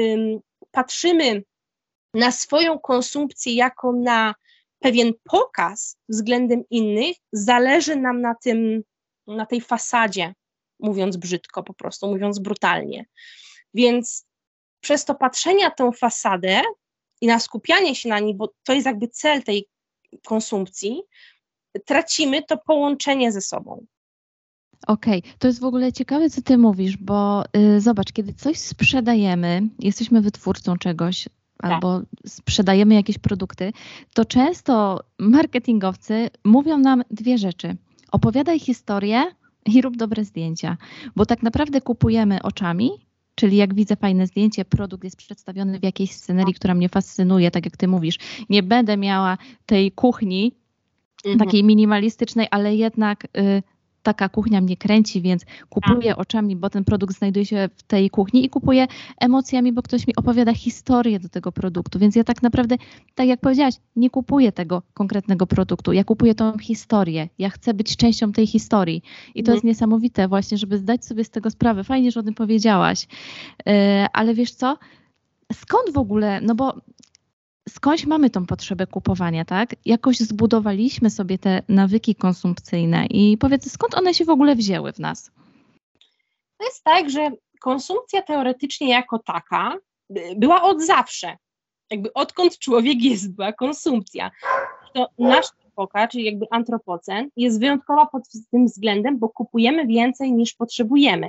patrzymy na swoją konsumpcję jako na pewien pokaz względem innych, zależy nam na tej fasadzie, mówiąc brzydko po prostu, mówiąc brutalnie. Więc przez to patrzenie na tę fasadę i na skupianie się na niej, bo to jest jakby cel tej konsumpcji, tracimy to połączenie ze sobą. Okej, to jest w ogóle ciekawe, co ty mówisz, bo zobacz, kiedy coś sprzedajemy, jesteśmy wytwórcą czegoś, albo sprzedajemy jakieś produkty, to często marketingowcy mówią nam dwie rzeczy. Opowiadaj historię i rób dobre zdjęcia, bo tak naprawdę kupujemy oczami, czyli jak widzę fajne zdjęcie, produkt jest przedstawiony w jakiejś scenerii, która mnie fascynuje, tak jak ty mówisz. Nie będę miała tej kuchni takiej minimalistycznej, ale jednak taka kuchnia mnie kręci, więc kupuję oczami, bo ten produkt znajduje się w tej kuchni i kupuję emocjami, bo ktoś mi opowiada historię do tego produktu. Więc ja tak naprawdę, tak jak powiedziałaś, nie kupuję tego konkretnego produktu. Ja kupuję tą historię. Ja chcę być częścią tej historii. I to jest niesamowite właśnie, żeby zdać sobie z tego sprawę. Fajnie, że o tym powiedziałaś. Ale wiesz co? Skąd w ogóle, no bo skądś mamy tą potrzebę kupowania, tak? Jakoś zbudowaliśmy sobie te nawyki konsumpcyjne i powiedz, skąd one się w ogóle wzięły w nas? To jest tak, że konsumpcja teoretycznie jako taka była od zawsze. Jakby odkąd człowiek jest, była konsumpcja. To nasza epoka, czyli jakby antropocen, jest wyjątkowa pod tym względem, bo kupujemy więcej niż potrzebujemy.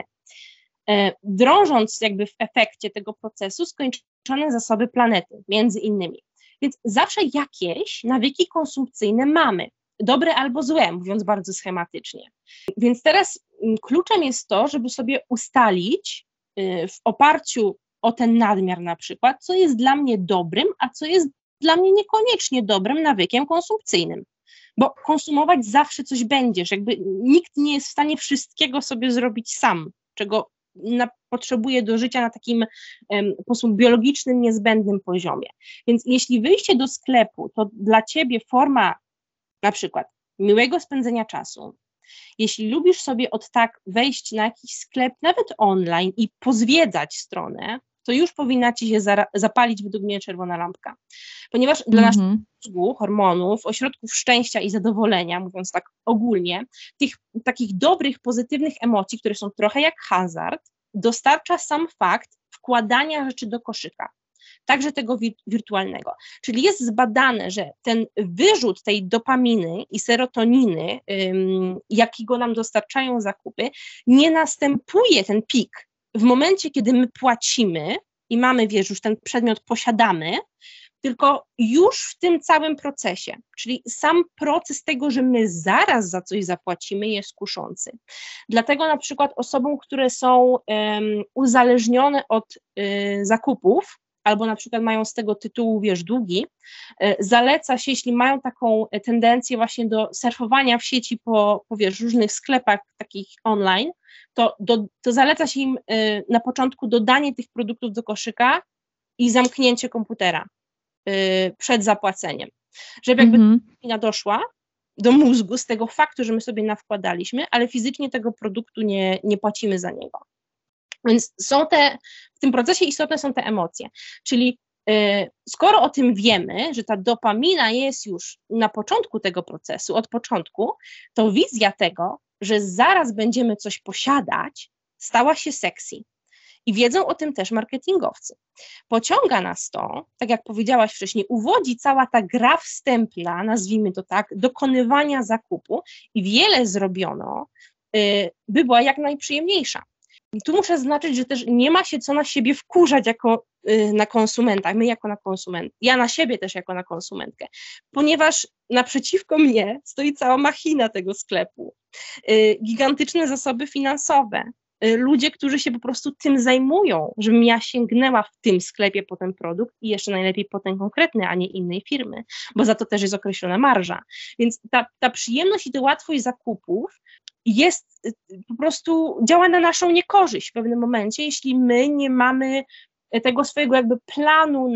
Drążąc jakby w efekcie tego procesu skończone zasoby planety, między innymi. Więc zawsze jakieś nawyki konsumpcyjne mamy, dobre albo złe, mówiąc bardzo schematycznie. Więc teraz kluczem jest to, żeby sobie ustalić w oparciu o ten nadmiar na przykład, co jest dla mnie dobrym, a co jest dla mnie niekoniecznie dobrym nawykiem konsumpcyjnym. Bo konsumować zawsze coś będziesz, jakby nikt nie jest w stanie wszystkiego sobie zrobić sam, czego potrzebuje do życia na takim po prostu biologicznym, niezbędnym poziomie. Więc jeśli wyjście do sklepu to dla ciebie forma na przykład miłego spędzenia czasu, jeśli lubisz sobie od tak wejść na jakiś sklep, nawet online i pozwiedzać stronę, to już powinna ci się zapalić według mnie czerwona lampka. Ponieważ dla naszych mózgu, hormonów, ośrodków szczęścia i zadowolenia, mówiąc tak ogólnie, tych takich dobrych, pozytywnych emocji, które są trochę jak hazard, dostarcza sam fakt wkładania rzeczy do koszyka. Także tego wirtualnego. Czyli jest zbadane, że ten wyrzut tej dopaminy i serotoniny, jakiego nam dostarczają zakupy, nie następuje ten pik w momencie, kiedy my płacimy i mamy, wiesz, już ten przedmiot posiadamy, tylko już w tym całym procesie, czyli sam proces tego, że my zaraz za coś zapłacimy, jest kuszący. Dlatego na przykład osobom, które są uzależnione od zakupów, albo na przykład mają z tego tytułu, wiesz, długi, zaleca się, jeśli mają taką tendencję właśnie do surfowania w sieci po wiesz, różnych sklepach takich online, to zaleca się im na początku dodanie tych produktów do koszyka i zamknięcie komputera przed zapłaceniem. Żeby jakby ta doszła, do mózgu z tego faktu, że my sobie nawkładaliśmy, ale fizycznie tego produktu nie płacimy za niego. Więc w tym procesie istotne są te emocje, czyli skoro o tym wiemy, że ta dopamina jest już na początku tego procesu, od początku, to wizja tego, że zaraz będziemy coś posiadać, stała się sexy. I wiedzą o tym też marketingowcy. Pociąga nas to, tak jak powiedziałaś wcześniej, uwodzi cała ta gra wstępna, nazwijmy to tak, dokonywania zakupu i wiele zrobiono, by była jak najprzyjemniejsza. I tu muszę zaznaczyć, że też nie ma się co na siebie wkurzać jako na konsumentach, my jako na konsument, ja na siebie też jako na konsumentkę, ponieważ naprzeciwko mnie stoi cała machina tego sklepu, gigantyczne zasoby finansowe, ludzie, którzy się po prostu tym zajmują, żebym ja sięgnęła w tym sklepie po ten produkt i jeszcze najlepiej po ten konkretny, a nie innej firmy, bo za to też jest określona marża. Więc ta przyjemność i ta łatwość zakupów jest po prostu, działa na naszą niekorzyść w pewnym momencie, jeśli my nie mamy tego swojego jakby planu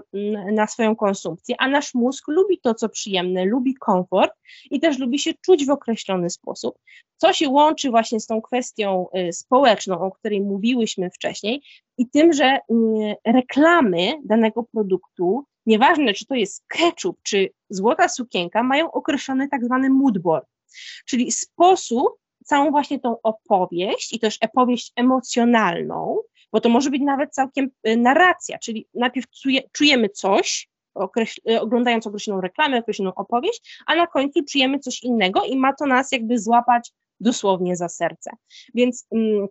na swoją konsumpcję, a nasz mózg lubi to, co przyjemne, lubi komfort i też lubi się czuć w określony sposób, co się łączy właśnie z tą kwestią społeczną, o której mówiłyśmy wcześniej i tym, że reklamy danego produktu, nieważne czy to jest ketchup, czy złota sukienka, mają określony tak zwany moodboard, czyli sposób, całą właśnie tą opowieść i też opowieść emocjonalną, bo to może być nawet całkiem narracja, czyli najpierw czujemy coś, oglądając określoną reklamę, określoną opowieść, a na końcu czujemy coś innego i ma to nas jakby złapać dosłownie za serce. Więc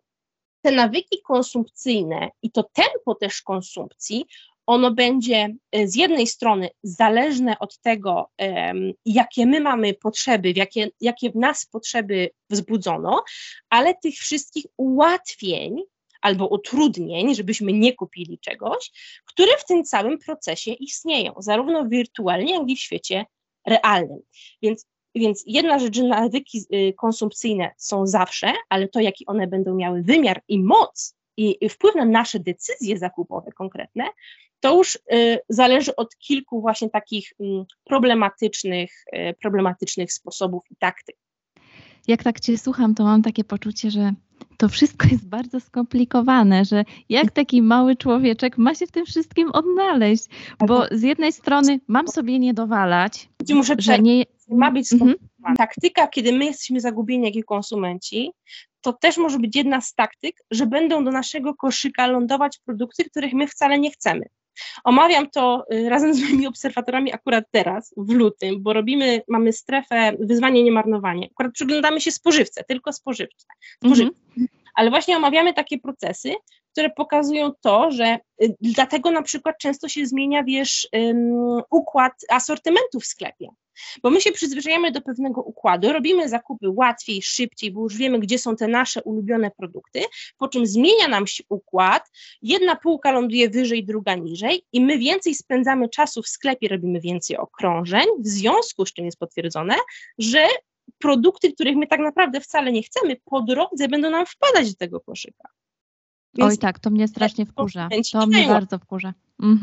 te nawyki konsumpcyjne i to tempo też konsumpcji, ono będzie z jednej strony zależne od tego, jakie my mamy potrzeby, jakie w nas potrzeby wzbudzono, ale tych wszystkich ułatwień albo utrudnień, żebyśmy nie kupili czegoś, które w tym całym procesie istnieją, zarówno wirtualnie, jak i w świecie realnym. Więc jedna rzecz, że nawyki konsumpcyjne są zawsze, ale to, jaki one będą miały wymiar i moc i wpływ na nasze decyzje zakupowe konkretne, to już zależy od kilku właśnie takich problematycznych sposobów i taktyk. Jak tak Cię słucham, to mam takie poczucie, że to wszystko jest bardzo skomplikowane, że jak taki mały człowieczek ma się w tym wszystkim odnaleźć, bo z jednej strony mam sobie nie dowalać, że nie... Ma być skomplikowana. Taktyka, kiedy my jesteśmy zagubieni jako konsumenci, to też może być jedna z taktyk, że będą do naszego koszyka lądować produkty, których my wcale nie chcemy. Omawiam to razem z moimi obserwatorami akurat teraz, w lutym, bo mamy strefę wyzwanie, nie marnowanie. Akurat przyglądamy się spożywce, tylko spożywcze. Ale właśnie omawiamy takie procesy, które pokazują to, że dlatego na przykład często się zmienia, układ asortymentu w sklepie. Bo my się przyzwyczajamy do pewnego układu, robimy zakupy łatwiej, szybciej, bo już wiemy, gdzie są te nasze ulubione produkty, po czym zmienia nam się układ, jedna półka ląduje wyżej, druga niżej i my więcej spędzamy czasu w sklepie, robimy więcej okrążeń, w związku z czym jest potwierdzone, że produkty, których my tak naprawdę wcale nie chcemy, po drodze będą nam wpadać do tego koszyka. Więc oj tak, to mnie strasznie wkurza. To mnie bardzo wkurza.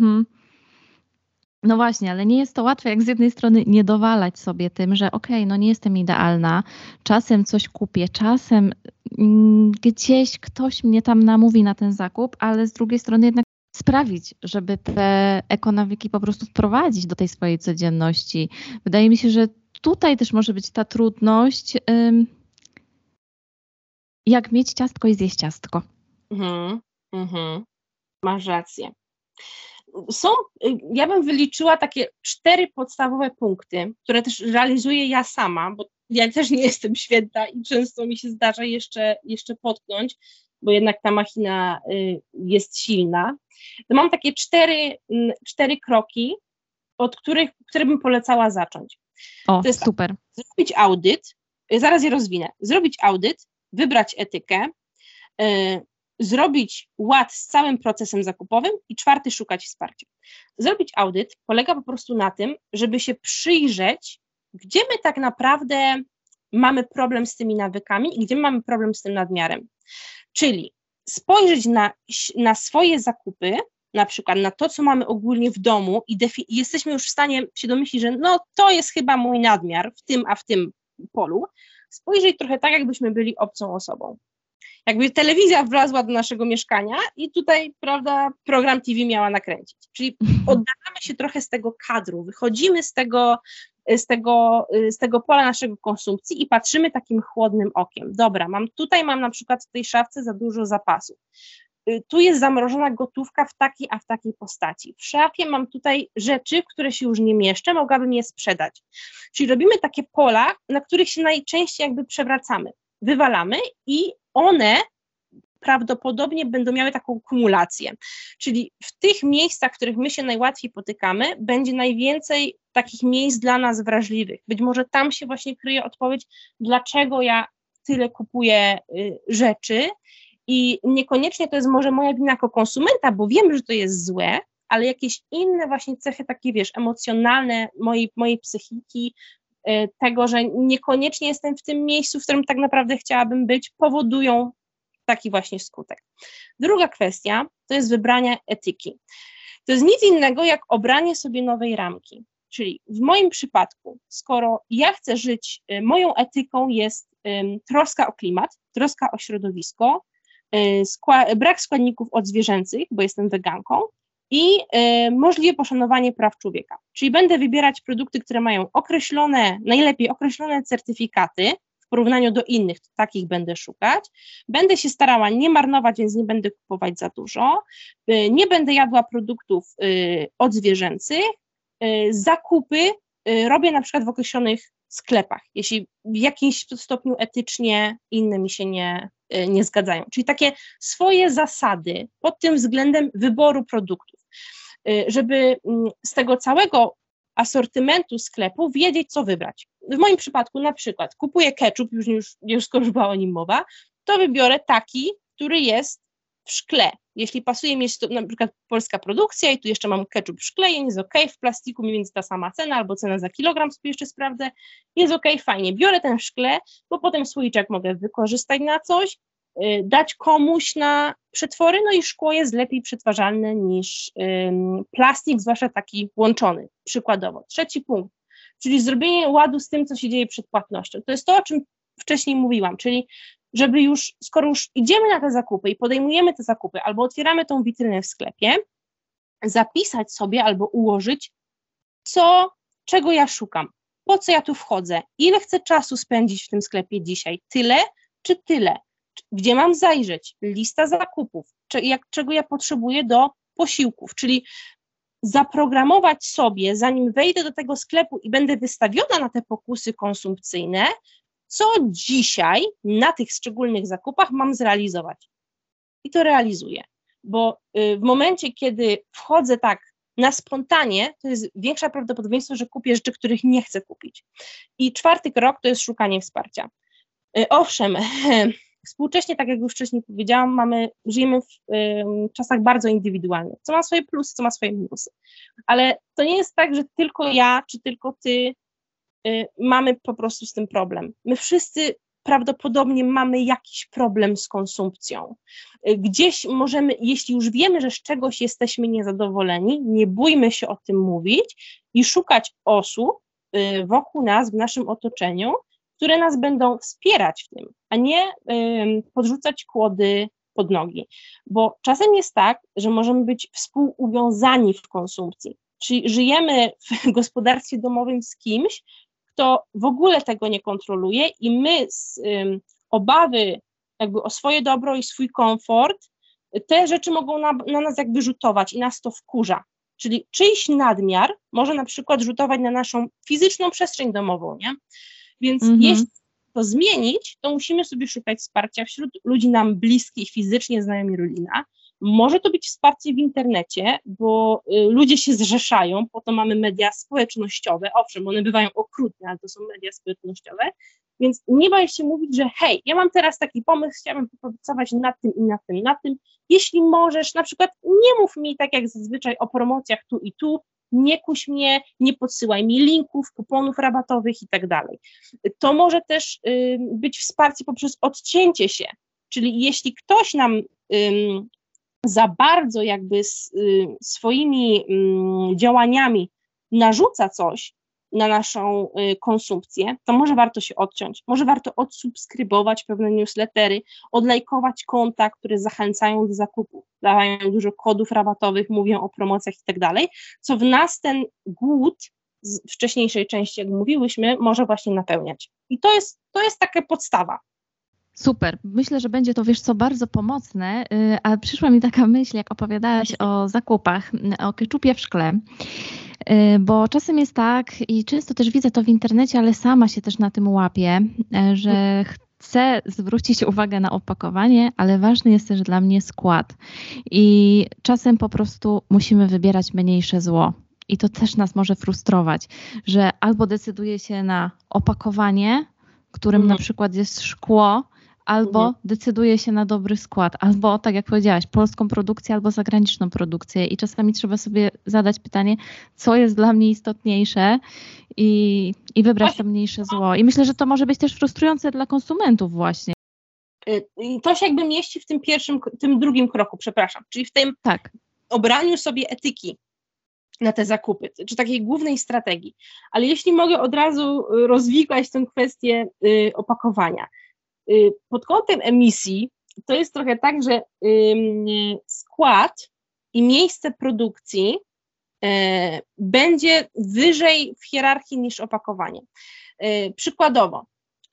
No właśnie, ale nie jest to łatwe, jak z jednej strony nie dowalać sobie tym, że okej, no nie jestem idealna, czasem coś kupię, czasem gdzieś ktoś mnie tam namówi na ten zakup, ale z drugiej strony jednak sprawić, żeby te ekonawyki po prostu wprowadzić do tej swojej codzienności. Wydaje mi się, że tutaj też może być ta trudność, jak mieć ciastko i zjeść ciastko. Masz rację. Ja bym wyliczyła takie 4 podstawowe punkty, które też realizuję ja sama, bo ja też nie jestem święta i często mi się zdarza jeszcze potknąć, bo jednak ta machina jest silna. To mam takie 4 kroki, które bym polecała zacząć. O, to jest super. Tak, zrobić audyt, zaraz je rozwinę, zrobić audyt, wybrać etykę, zrobić ład z całym procesem zakupowym i 4, szukać wsparcia. Zrobić audyt polega po prostu na tym, żeby się przyjrzeć, gdzie my tak naprawdę mamy problem z tymi nawykami i gdzie mamy problem z tym nadmiarem. Czyli spojrzeć na swoje zakupy na przykład na to, co mamy ogólnie w domu i jesteśmy już w stanie się domyślić, że no to jest chyba mój nadmiar w tym, a w tym polu, spojrzeć trochę tak, jakbyśmy byli obcą osobą. Jakby telewizja wlazła do naszego mieszkania i tutaj, prawda, program TV miała nakręcić. Czyli oddalamy się trochę z tego kadru, wychodzimy z tego pola naszego konsumpcji i patrzymy takim chłodnym okiem. Dobra, mam na przykład w tej szafce za dużo zapasów. Tu jest zamrożona gotówka w takiej, a w takiej postaci. W szafie mam tutaj rzeczy, w które się już nie mieszczę, mogłabym je sprzedać. Czyli robimy takie pola, na których się najczęściej jakby przewracamy, wywalamy i one prawdopodobnie będą miały taką kumulację. Czyli w tych miejscach, w których my się najłatwiej potykamy, będzie najwięcej takich miejsc dla nas wrażliwych. Być może tam się właśnie kryje odpowiedź, dlaczego ja tyle kupuję rzeczy i niekoniecznie to jest może moja wina jako konsumenta, bo wiem, że to jest złe, ale jakieś inne właśnie cechy takie, emocjonalne mojej psychiki, tego, że niekoniecznie jestem w tym miejscu, w którym tak naprawdę chciałabym być, powodują taki właśnie skutek. Druga kwestia to jest wybranie etyki. To jest nic innego jak obranie sobie nowej ramki. Czyli w moim przypadku, skoro ja chcę żyć, moją etyką jest troska o klimat, troska o środowisko, brak składników odzwierzęcych, bo jestem weganką, i możliwe poszanowanie praw człowieka. Czyli będę wybierać produkty, które mają najlepiej określone certyfikaty w porównaniu do innych, to takich będę szukać. Będę się starała nie marnować, więc nie będę kupować za dużo. Nie będę jadła produktów odzwierzęcych. Zakupy robię na przykład w określonych sklepach, jeśli w jakimś stopniu etycznie inne mi się nie zgadzają. Czyli takie swoje zasady pod tym względem wyboru produktów, żeby z tego całego asortymentu sklepu wiedzieć, co wybrać. W moim przypadku na przykład kupuję ketchup, już skoro była o nim mowa, to wybiorę taki, który jest w szkle. Jeśli pasuje mi to, na przykład polska produkcja i tu jeszcze mam ketchup w szkle, jest ok, w plastiku mniej więcej ta sama cena, albo cena za kilogram sobie jeszcze sprawdzę, jest ok, fajnie, biorę ten w szkle, bo potem słoiczek mogę wykorzystać na coś, dać komuś na przetwory, no i szkło jest lepiej przetwarzalne niż plastik, zwłaszcza taki łączony, przykładowo. Trzeci punkt, czyli zrobienie ładu z tym, co się dzieje przed płatnością. To jest to, o czym wcześniej mówiłam, czyli żeby skoro już idziemy na te zakupy i podejmujemy te zakupy, albo otwieramy tą witrynę w sklepie, zapisać sobie albo ułożyć, czego ja szukam, po co ja tu wchodzę, ile chcę czasu spędzić w tym sklepie dzisiaj, tyle czy tyle, gdzie mam zajrzeć, lista zakupów, czego ja potrzebuję do posiłków, czyli zaprogramować sobie, zanim wejdę do tego sklepu i będę wystawiona na te pokusy konsumpcyjne, co dzisiaj na tych szczególnych zakupach mam zrealizować. I to realizuję, bo w momencie, kiedy wchodzę tak na spontanie, to jest większe prawdopodobieństwo, że kupię rzeczy, których nie chcę kupić. I czwarty krok to jest szukanie wsparcia. Owszem, współcześnie, tak jak już wcześniej powiedziałam, żyjemy w czasach bardzo indywidualnych, co ma swoje plusy, co ma swoje minusy. Ale to nie jest tak, że tylko ja, czy tylko ty mamy po prostu z tym problem. My wszyscy prawdopodobnie mamy jakiś problem z konsumpcją. Gdzieś możemy, jeśli już wiemy, że z czegoś jesteśmy niezadowoleni, nie bójmy się o tym mówić i szukać osób wokół nas, w naszym otoczeniu, które nas będą wspierać w tym, a nie podrzucać kłody pod nogi. Bo czasem jest tak, że możemy być współuwiązani w konsumpcji, czyli żyjemy w gospodarstwie domowym z kimś, kto w ogóle tego nie kontroluje i my z obawy jakby o swoje dobro i swój komfort, te rzeczy mogą na nas jakby rzutować i nas to wkurza. Czyli czyjś nadmiar może na przykład rzutować na naszą fizyczną przestrzeń domową, nie? Więc jeśli to zmienić, to musimy sobie szukać wsparcia wśród ludzi nam bliskich, fizycznie znajomi rodzina. Może to być wsparcie w internecie, bo ludzie się zrzeszają, po to mamy media społecznościowe, owszem, one bywają okrutne, ale to są media społecznościowe, więc nie baj się mówić, że hej, ja mam teraz taki pomysł, chciałabym popracować nad tym i nad tym, jeśli możesz, na przykład nie mów mi tak jak zazwyczaj o promocjach tu i tu, nie kuś mnie, nie podsyłaj mi linków, kuponów rabatowych i tak dalej. To może też być wsparcie poprzez odcięcie się, czyli jeśli ktoś nam za bardzo jakby swoimi działaniami narzuca coś na naszą konsumpcję, to może warto się odciąć, może warto odsubskrybować pewne newslettery, odlajkować konta, które zachęcają do zakupu, dawają dużo kodów rabatowych, mówią o promocjach i tak dalej, co w nas ten głód z wcześniejszej części, jak mówiłyśmy, może właśnie napełniać. I to jest taka podstawa. Super. Myślę, że będzie to, wiesz co, bardzo pomocne, a przyszła mi taka myśl, jak opowiadałaś o zakupach, o keczupie w szkle, bo czasem jest tak i często też widzę to w internecie, ale sama się też na tym łapię, że chcę zwrócić uwagę na opakowanie, ale ważny jest też dla mnie skład i czasem po prostu musimy wybierać mniejsze zło. I to też nas może frustrować, że albo decyduje się na opakowanie, którym na przykład jest szkło, albo decyduje się na dobry skład, albo tak jak powiedziałaś, polską produkcję, albo zagraniczną produkcję i czasami trzeba sobie zadać pytanie, co jest dla mnie istotniejsze i wybrać to mniejsze zło. I myślę, że to może być też frustrujące dla konsumentów właśnie. I to się jakby mieści w tym drugim kroku, czyli w tym obraniu sobie etyki na te zakupy, czy takiej głównej strategii. Ale jeśli mogę od razu rozwikłać tę kwestię opakowania. Pod kątem emisji to jest trochę tak, że skład i miejsce produkcji będzie wyżej w hierarchii niż opakowanie. Przykładowo,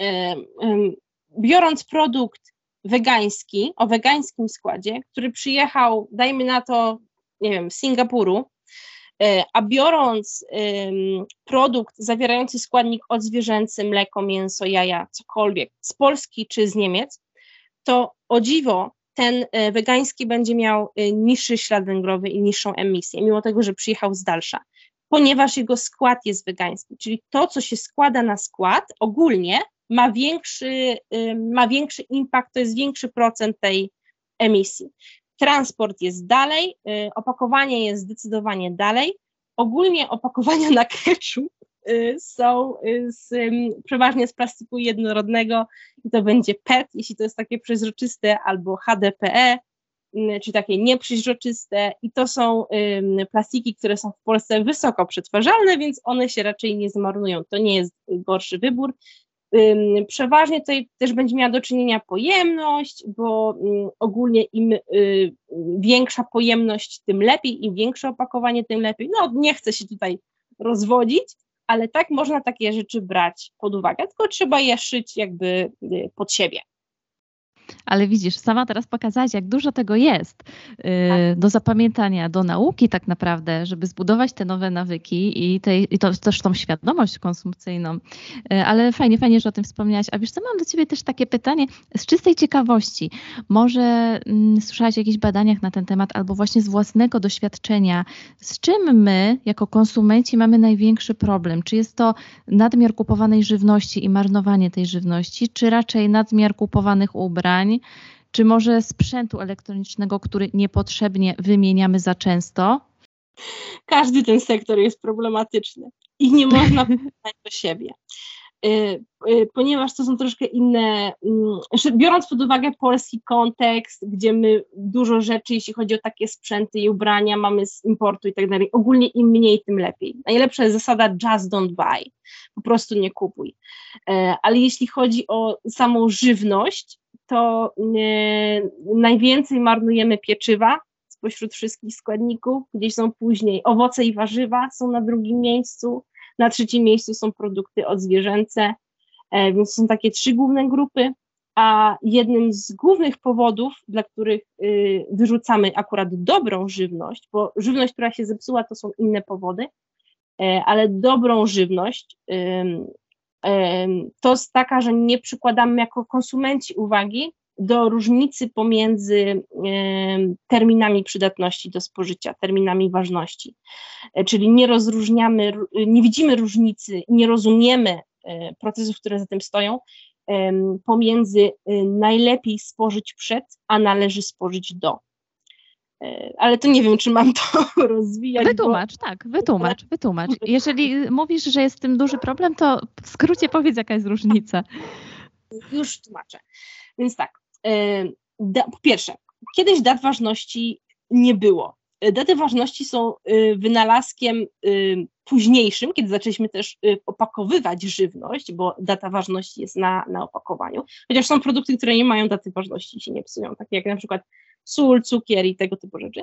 biorąc produkt wegański, o wegańskim składzie, który przyjechał, dajmy na to, nie wiem, z Singapuru, a biorąc produkt zawierający składnik odzwierzęcy, mleko, mięso, jaja, cokolwiek z Polski czy z Niemiec, to o dziwo ten wegański będzie miał niższy ślad węglowy i niższą emisję, mimo tego, że przyjechał z dalsza, ponieważ jego skład jest wegański, czyli to, co się składa na skład ogólnie ma większy impact, to jest większy procent tej emisji. Transport jest dalej, opakowanie jest zdecydowanie dalej. Ogólnie opakowania na ketchup są przeważnie z plastiku jednorodnego i to będzie PET, jeśli to jest takie przezroczyste, albo HDPE, czyli takie nieprzeźroczyste i to są plastiki, które są w Polsce wysoko przetwarzalne, więc one się raczej nie zmarnują. To nie jest gorszy wybór. Przeważnie tutaj też będzie miała do czynienia pojemność, bo ogólnie im większa pojemność, tym lepiej, im większe opakowanie, tym lepiej. No nie chcę się tutaj rozwodzić, ale tak można takie rzeczy brać pod uwagę, tylko trzeba je szyć jakby pod siebie. Ale widzisz, sama teraz pokazałaś, jak dużo tego jest do zapamiętania, do nauki tak naprawdę, żeby zbudować te nowe nawyki i to też tą świadomość konsumpcyjną. Ale fajnie, że o tym wspomniałaś. A wiesz co, mam do Ciebie też takie pytanie z czystej ciekawości. Może słyszałaś o jakichś badaniach na ten temat albo właśnie z własnego doświadczenia. Z czym my jako konsumenci mamy największy problem? Czy jest to nadmiar kupowanej żywności i marnowanie tej żywności, czy raczej nadmiar kupowanych ubrań, czy może sprzętu elektronicznego, który niepotrzebnie wymieniamy za często? Każdy ten sektor jest problematyczny i nie można porównać do siebie, ponieważ to są troszkę inne, biorąc pod uwagę polski kontekst, gdzie my dużo rzeczy, jeśli chodzi o takie sprzęty i ubrania, mamy z importu i tak dalej, ogólnie im mniej, tym lepiej. Najlepsza jest zasada just don't buy, po prostu nie kupuj. Ale jeśli chodzi o samą żywność, to najwięcej marnujemy pieczywa spośród wszystkich składników, gdzieś są później owoce i warzywa są na drugim miejscu, na trzecim miejscu są produkty odzwierzęce, więc są takie 3 główne grupy, a jednym z głównych powodów, dla których wyrzucamy akurat dobrą żywność, bo żywność, która się zepsuła, to są inne powody, ale dobrą żywność to jest taka, że nie przykładamy jako konsumenci uwagi do różnicy pomiędzy terminami przydatności do spożycia, terminami ważności. Czyli nie rozróżniamy, nie widzimy różnicy, nie rozumiemy procesów, które za tym stoją, pomiędzy najlepiej spożyć przed, a należy spożyć do. Ale to nie wiem, czy mam to rozwijać. Wytłumacz. Jeżeli mówisz, że jest z tym duży problem, to w skrócie powiedz, jaka jest różnica. Już tłumaczę. Więc tak, po pierwsze, kiedyś dat ważności nie było. Daty ważności są wynalazkiem późniejszym, kiedy zaczęliśmy też opakowywać żywność, bo data ważności jest na opakowaniu, chociaż są produkty, które nie mają daty ważności i się nie psują, takie jak na przykład sól, cukier i tego typu rzeczy.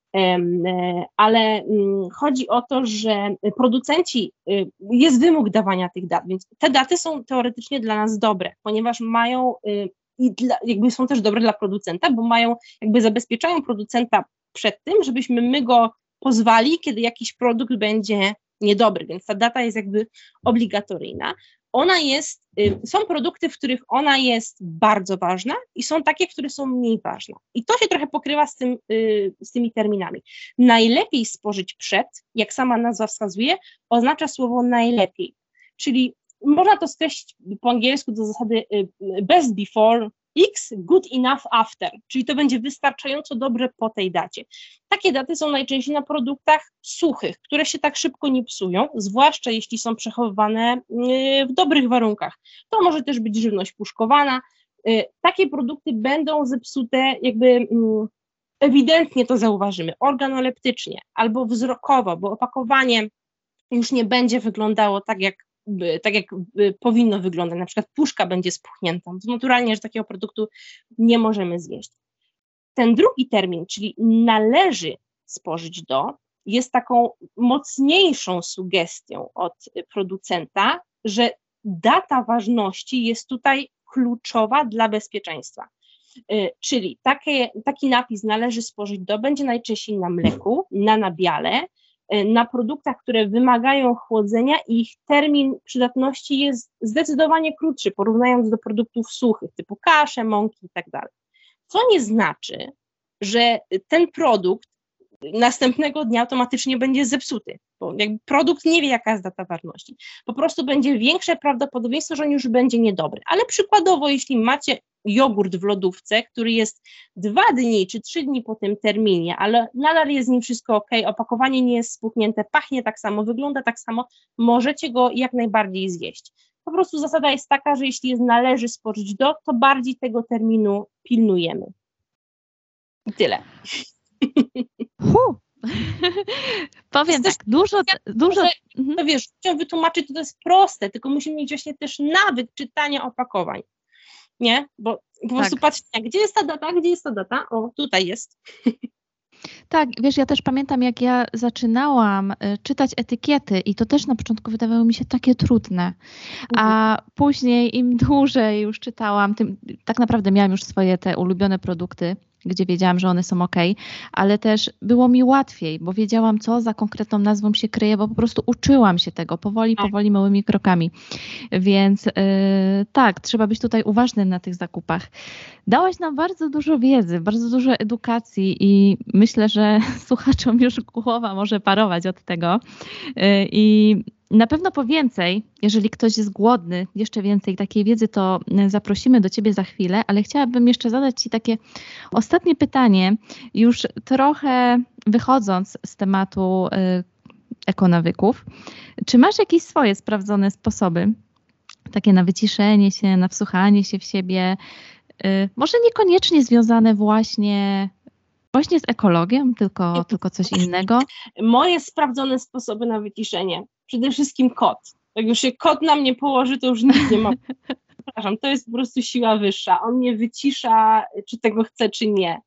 Ale chodzi o to, że producenci, jest wymóg dawania tych dat, więc te daty są teoretycznie dla nas dobre, ponieważ mają jakby są też dobre dla producenta, bo zabezpieczają producenta przed tym, żebyśmy my go pozwali, kiedy jakiś produkt będzie niedobry, więc ta data jest jakby obligatoryjna. Są produkty, w których ona jest bardzo ważna i są takie, które są mniej ważne. I to się trochę pokrywa z tymi terminami. Najlepiej spożyć przed, jak sama nazwa wskazuje, oznacza słowo najlepiej, czyli można to skreślić po angielsku do zasady best before X, good enough after, czyli to będzie wystarczająco dobre po tej dacie. Takie daty są najczęściej na produktach suchych, które się tak szybko nie psują, zwłaszcza jeśli są przechowywane w dobrych warunkach. To może też być żywność puszkowana. Takie produkty będą zepsute ewidentnie to zauważymy, organoleptycznie albo wzrokowo, bo opakowanie już nie będzie wyglądało tak jak powinno wyglądać, na przykład puszka będzie spuchnięta, to naturalnie, że takiego produktu nie możemy zjeść. Ten drugi termin, czyli należy spożyć jest taką mocniejszą sugestią od producenta, że data ważności jest tutaj kluczowa dla bezpieczeństwa. Czyli taki napis należy spożyć będzie najczęściej na mleku, na nabiale, na produktach, które wymagają chłodzenia i ich termin przydatności jest zdecydowanie krótszy, porównując do produktów suchych, typu kasze, mąki i tak dalej. Co nie znaczy, że ten produkt następnego dnia automatycznie będzie zepsuty, bo jakby produkt nie wie, jaka jest data ważności. Po prostu będzie większe prawdopodobieństwo, że on już będzie niedobry. Ale przykładowo, jeśli macie jogurt w lodówce, który jest 2 dni czy 3 dni po tym terminie, ale nadal jest z nim wszystko ok, opakowanie nie jest spuchnięte, pachnie tak samo, wygląda tak samo, możecie go jak najbardziej zjeść. Po prostu zasada jest taka, że jeśli należy spożyć to bardziej tego terminu pilnujemy. I tyle. Powiem tak, dużo... To wiesz, chciałam wytłumaczyć, to jest proste, tylko musimy mieć właśnie też nawyk czytania opakowań, nie? Bo po prostu patrzcie, gdzie jest ta data? O, tutaj jest. Tak, wiesz, ja też pamiętam, jak ja zaczynałam czytać etykiety i to też na początku wydawało mi się takie trudne, a później im dłużej już czytałam, tym tak naprawdę miałam już swoje te ulubione produkty, gdzie wiedziałam, że one są ok, ale też było mi łatwiej, bo wiedziałam, co za konkretną nazwą się kryje, bo po prostu uczyłam się tego powoli, małymi krokami. Więc tak, trzeba być tutaj uważnym na tych zakupach. Dałaś nam bardzo dużo wiedzy, bardzo dużo edukacji i myślę, że słuchaczom już głowa może parować od tego. I na pewno po więcej, jeżeli ktoś jest głodny, jeszcze więcej takiej wiedzy, to zaprosimy do Ciebie za chwilę, ale chciałabym jeszcze zadać Ci takie ostatnie pytanie, już trochę wychodząc z tematu ekonawyków. Czy masz jakieś swoje sprawdzone sposoby, takie na wyciszenie się, na wsłuchanie się w siebie, może niekoniecznie związane właśnie z ekologią, tylko coś innego? Moje sprawdzone sposoby na wyciszenie. Przede wszystkim kot. Jak już się kot na mnie położy, to już nic nie ma. Przepraszam, to jest po prostu siła wyższa. On mnie wycisza, czy tego chce, czy nie.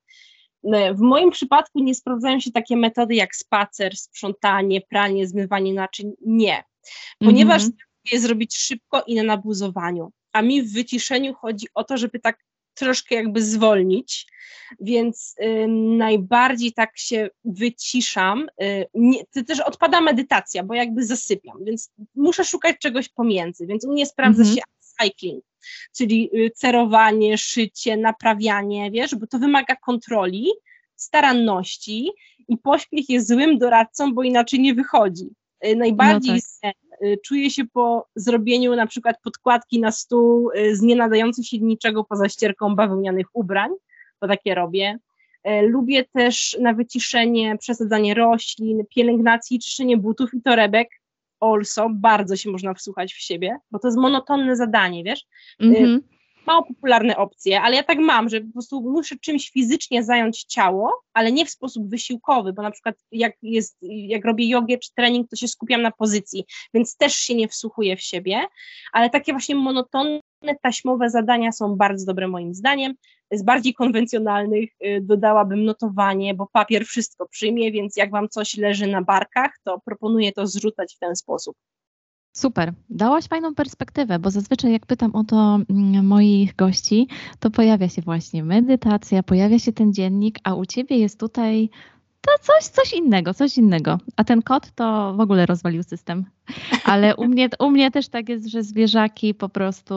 W moim przypadku nie sprawdzają się takie metody jak spacer, sprzątanie, pranie, zmywanie naczyń. Nie. Ponieważ je zrobić szybko i na nabuzowaniu. A mi w wyciszeniu chodzi o to, żeby tak troszkę jakby zwolnić, więc najbardziej tak się wyciszam. Też odpada medytacja, bo jakby zasypiam, więc muszę szukać czegoś pomiędzy, więc u mnie sprawdza się upcycling, czyli cerowanie, szycie, naprawianie, wiesz, bo to wymaga kontroli, staranności i pośpiech jest złym doradcą, bo inaczej nie wychodzi. Najbardziej czuję się po zrobieniu na przykład podkładki na stół z nie nadających się niczego poza ścierką bawełnianych ubrań, bo takie robię. Lubię też na wyciszenie przesadzanie roślin, pielęgnacji, czyszczenie butów i torebek. Also, bardzo się można wsłuchać w siebie, bo to jest monotonne zadanie, wiesz. mało popularne opcje, ale ja tak mam, że po prostu muszę czymś fizycznie zająć ciało, ale nie w sposób wysiłkowy, bo na przykład jak robię jogę czy trening, to się skupiam na pozycji, więc też się nie wsłuchuję w siebie, ale takie właśnie monotonne, taśmowe zadania są bardzo dobre moim zdaniem. Z bardziej konwencjonalnych dodałabym notowanie, bo papier wszystko przyjmie, więc jak wam coś leży na barkach, to proponuję to zrzucać w ten sposób. Super, dałaś fajną perspektywę, bo zazwyczaj jak pytam o to moich gości, to pojawia się właśnie medytacja, pojawia się ten dziennik, a u ciebie jest tutaj to coś innego. A ten kot to w ogóle rozwalił system. Ale u mnie też tak jest, że zwierzaki po prostu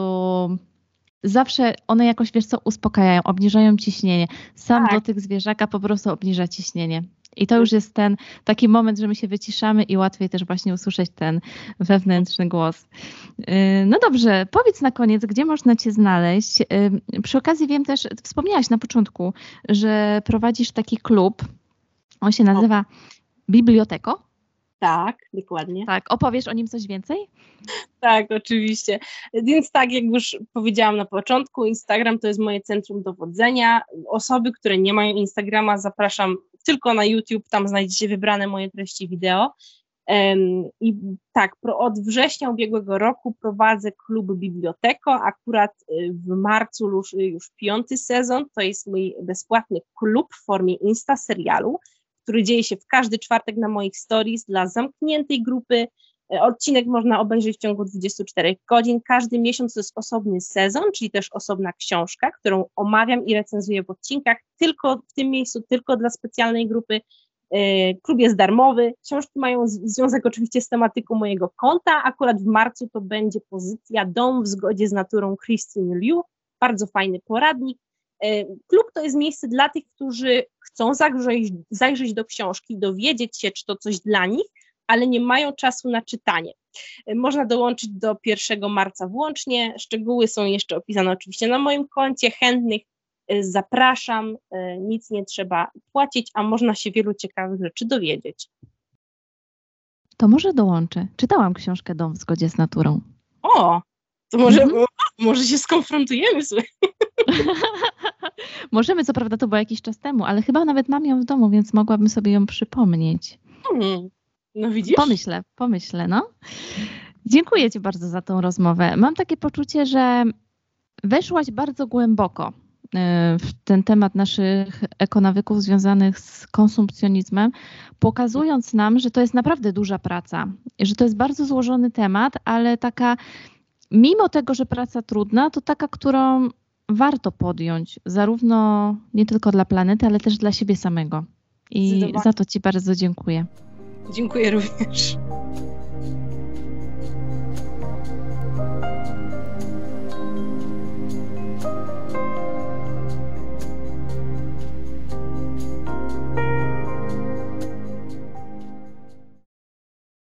zawsze one jakoś, wiesz co, uspokajają, obniżają ciśnienie. Sam dotyk zwierzaka po prostu obniża ciśnienie. I to już jest ten taki moment, że my się wyciszamy i łatwiej też właśnie usłyszeć ten wewnętrzny głos. No dobrze, powiedz na koniec, gdzie można cię znaleźć. Przy okazji wiem też, wspomniałaś na początku, że prowadzisz taki klub. On się nazywa Biblioteko. Tak, dokładnie. Tak, opowiesz o nim coś więcej? Tak, oczywiście. Więc tak, jak już powiedziałam na początku, Instagram to jest moje centrum dowodzenia. Osoby, które nie mają Instagrama, zapraszam tylko na YouTube, tam znajdziecie wybrane moje treści wideo. I tak, od września ubiegłego roku prowadzę klub Biblioteko, akurat w marcu już 5. sezon, to jest mój bezpłatny klub w formie Insta serialu, który dzieje się w każdy czwartek na moich stories dla zamkniętej grupy. Odcinek można obejrzeć w ciągu 24 godzin. Każdy miesiąc to jest osobny sezon, czyli też osobna książka, którą omawiam i recenzuję w odcinkach, tylko w tym miejscu, tylko dla specjalnej grupy. Klub jest darmowy. Książki mają związek oczywiście z tematyką mojego konta. Akurat w marcu to będzie pozycja Dom w zgodzie z naturą Christine Liu. Bardzo fajny poradnik. Klub to jest miejsce dla tych, którzy chcą zajrzeć do książki, dowiedzieć się, czy to coś dla nich, ale nie mają czasu na czytanie. Można dołączyć do 1 marca włącznie. Szczegóły są jeszcze opisane oczywiście na moim koncie. Chętnych zapraszam. Nic nie trzeba płacić, a można się wielu ciekawych rzeczy dowiedzieć. To może dołączę. Czytałam książkę Dom w zgodzie z naturą. O, to może się skonfrontujemy. Możemy, co prawda to było jakiś czas temu, ale chyba nawet mam ją w domu, więc mogłabym sobie ją przypomnieć. No widzisz? Pomyślę, no. Dziękuję ci bardzo za tą rozmowę. Mam takie poczucie, że weszłaś bardzo głęboko w ten temat naszych ekonawyków związanych z konsumpcjonizmem, pokazując nam, że to jest naprawdę duża praca, że to jest bardzo złożony temat, ale taka, mimo tego, że praca trudna, to taka, którą warto podjąć, zarówno nie tylko dla planety, ale też dla siebie samego. I za to ci bardzo dziękuję. Dziękuję również.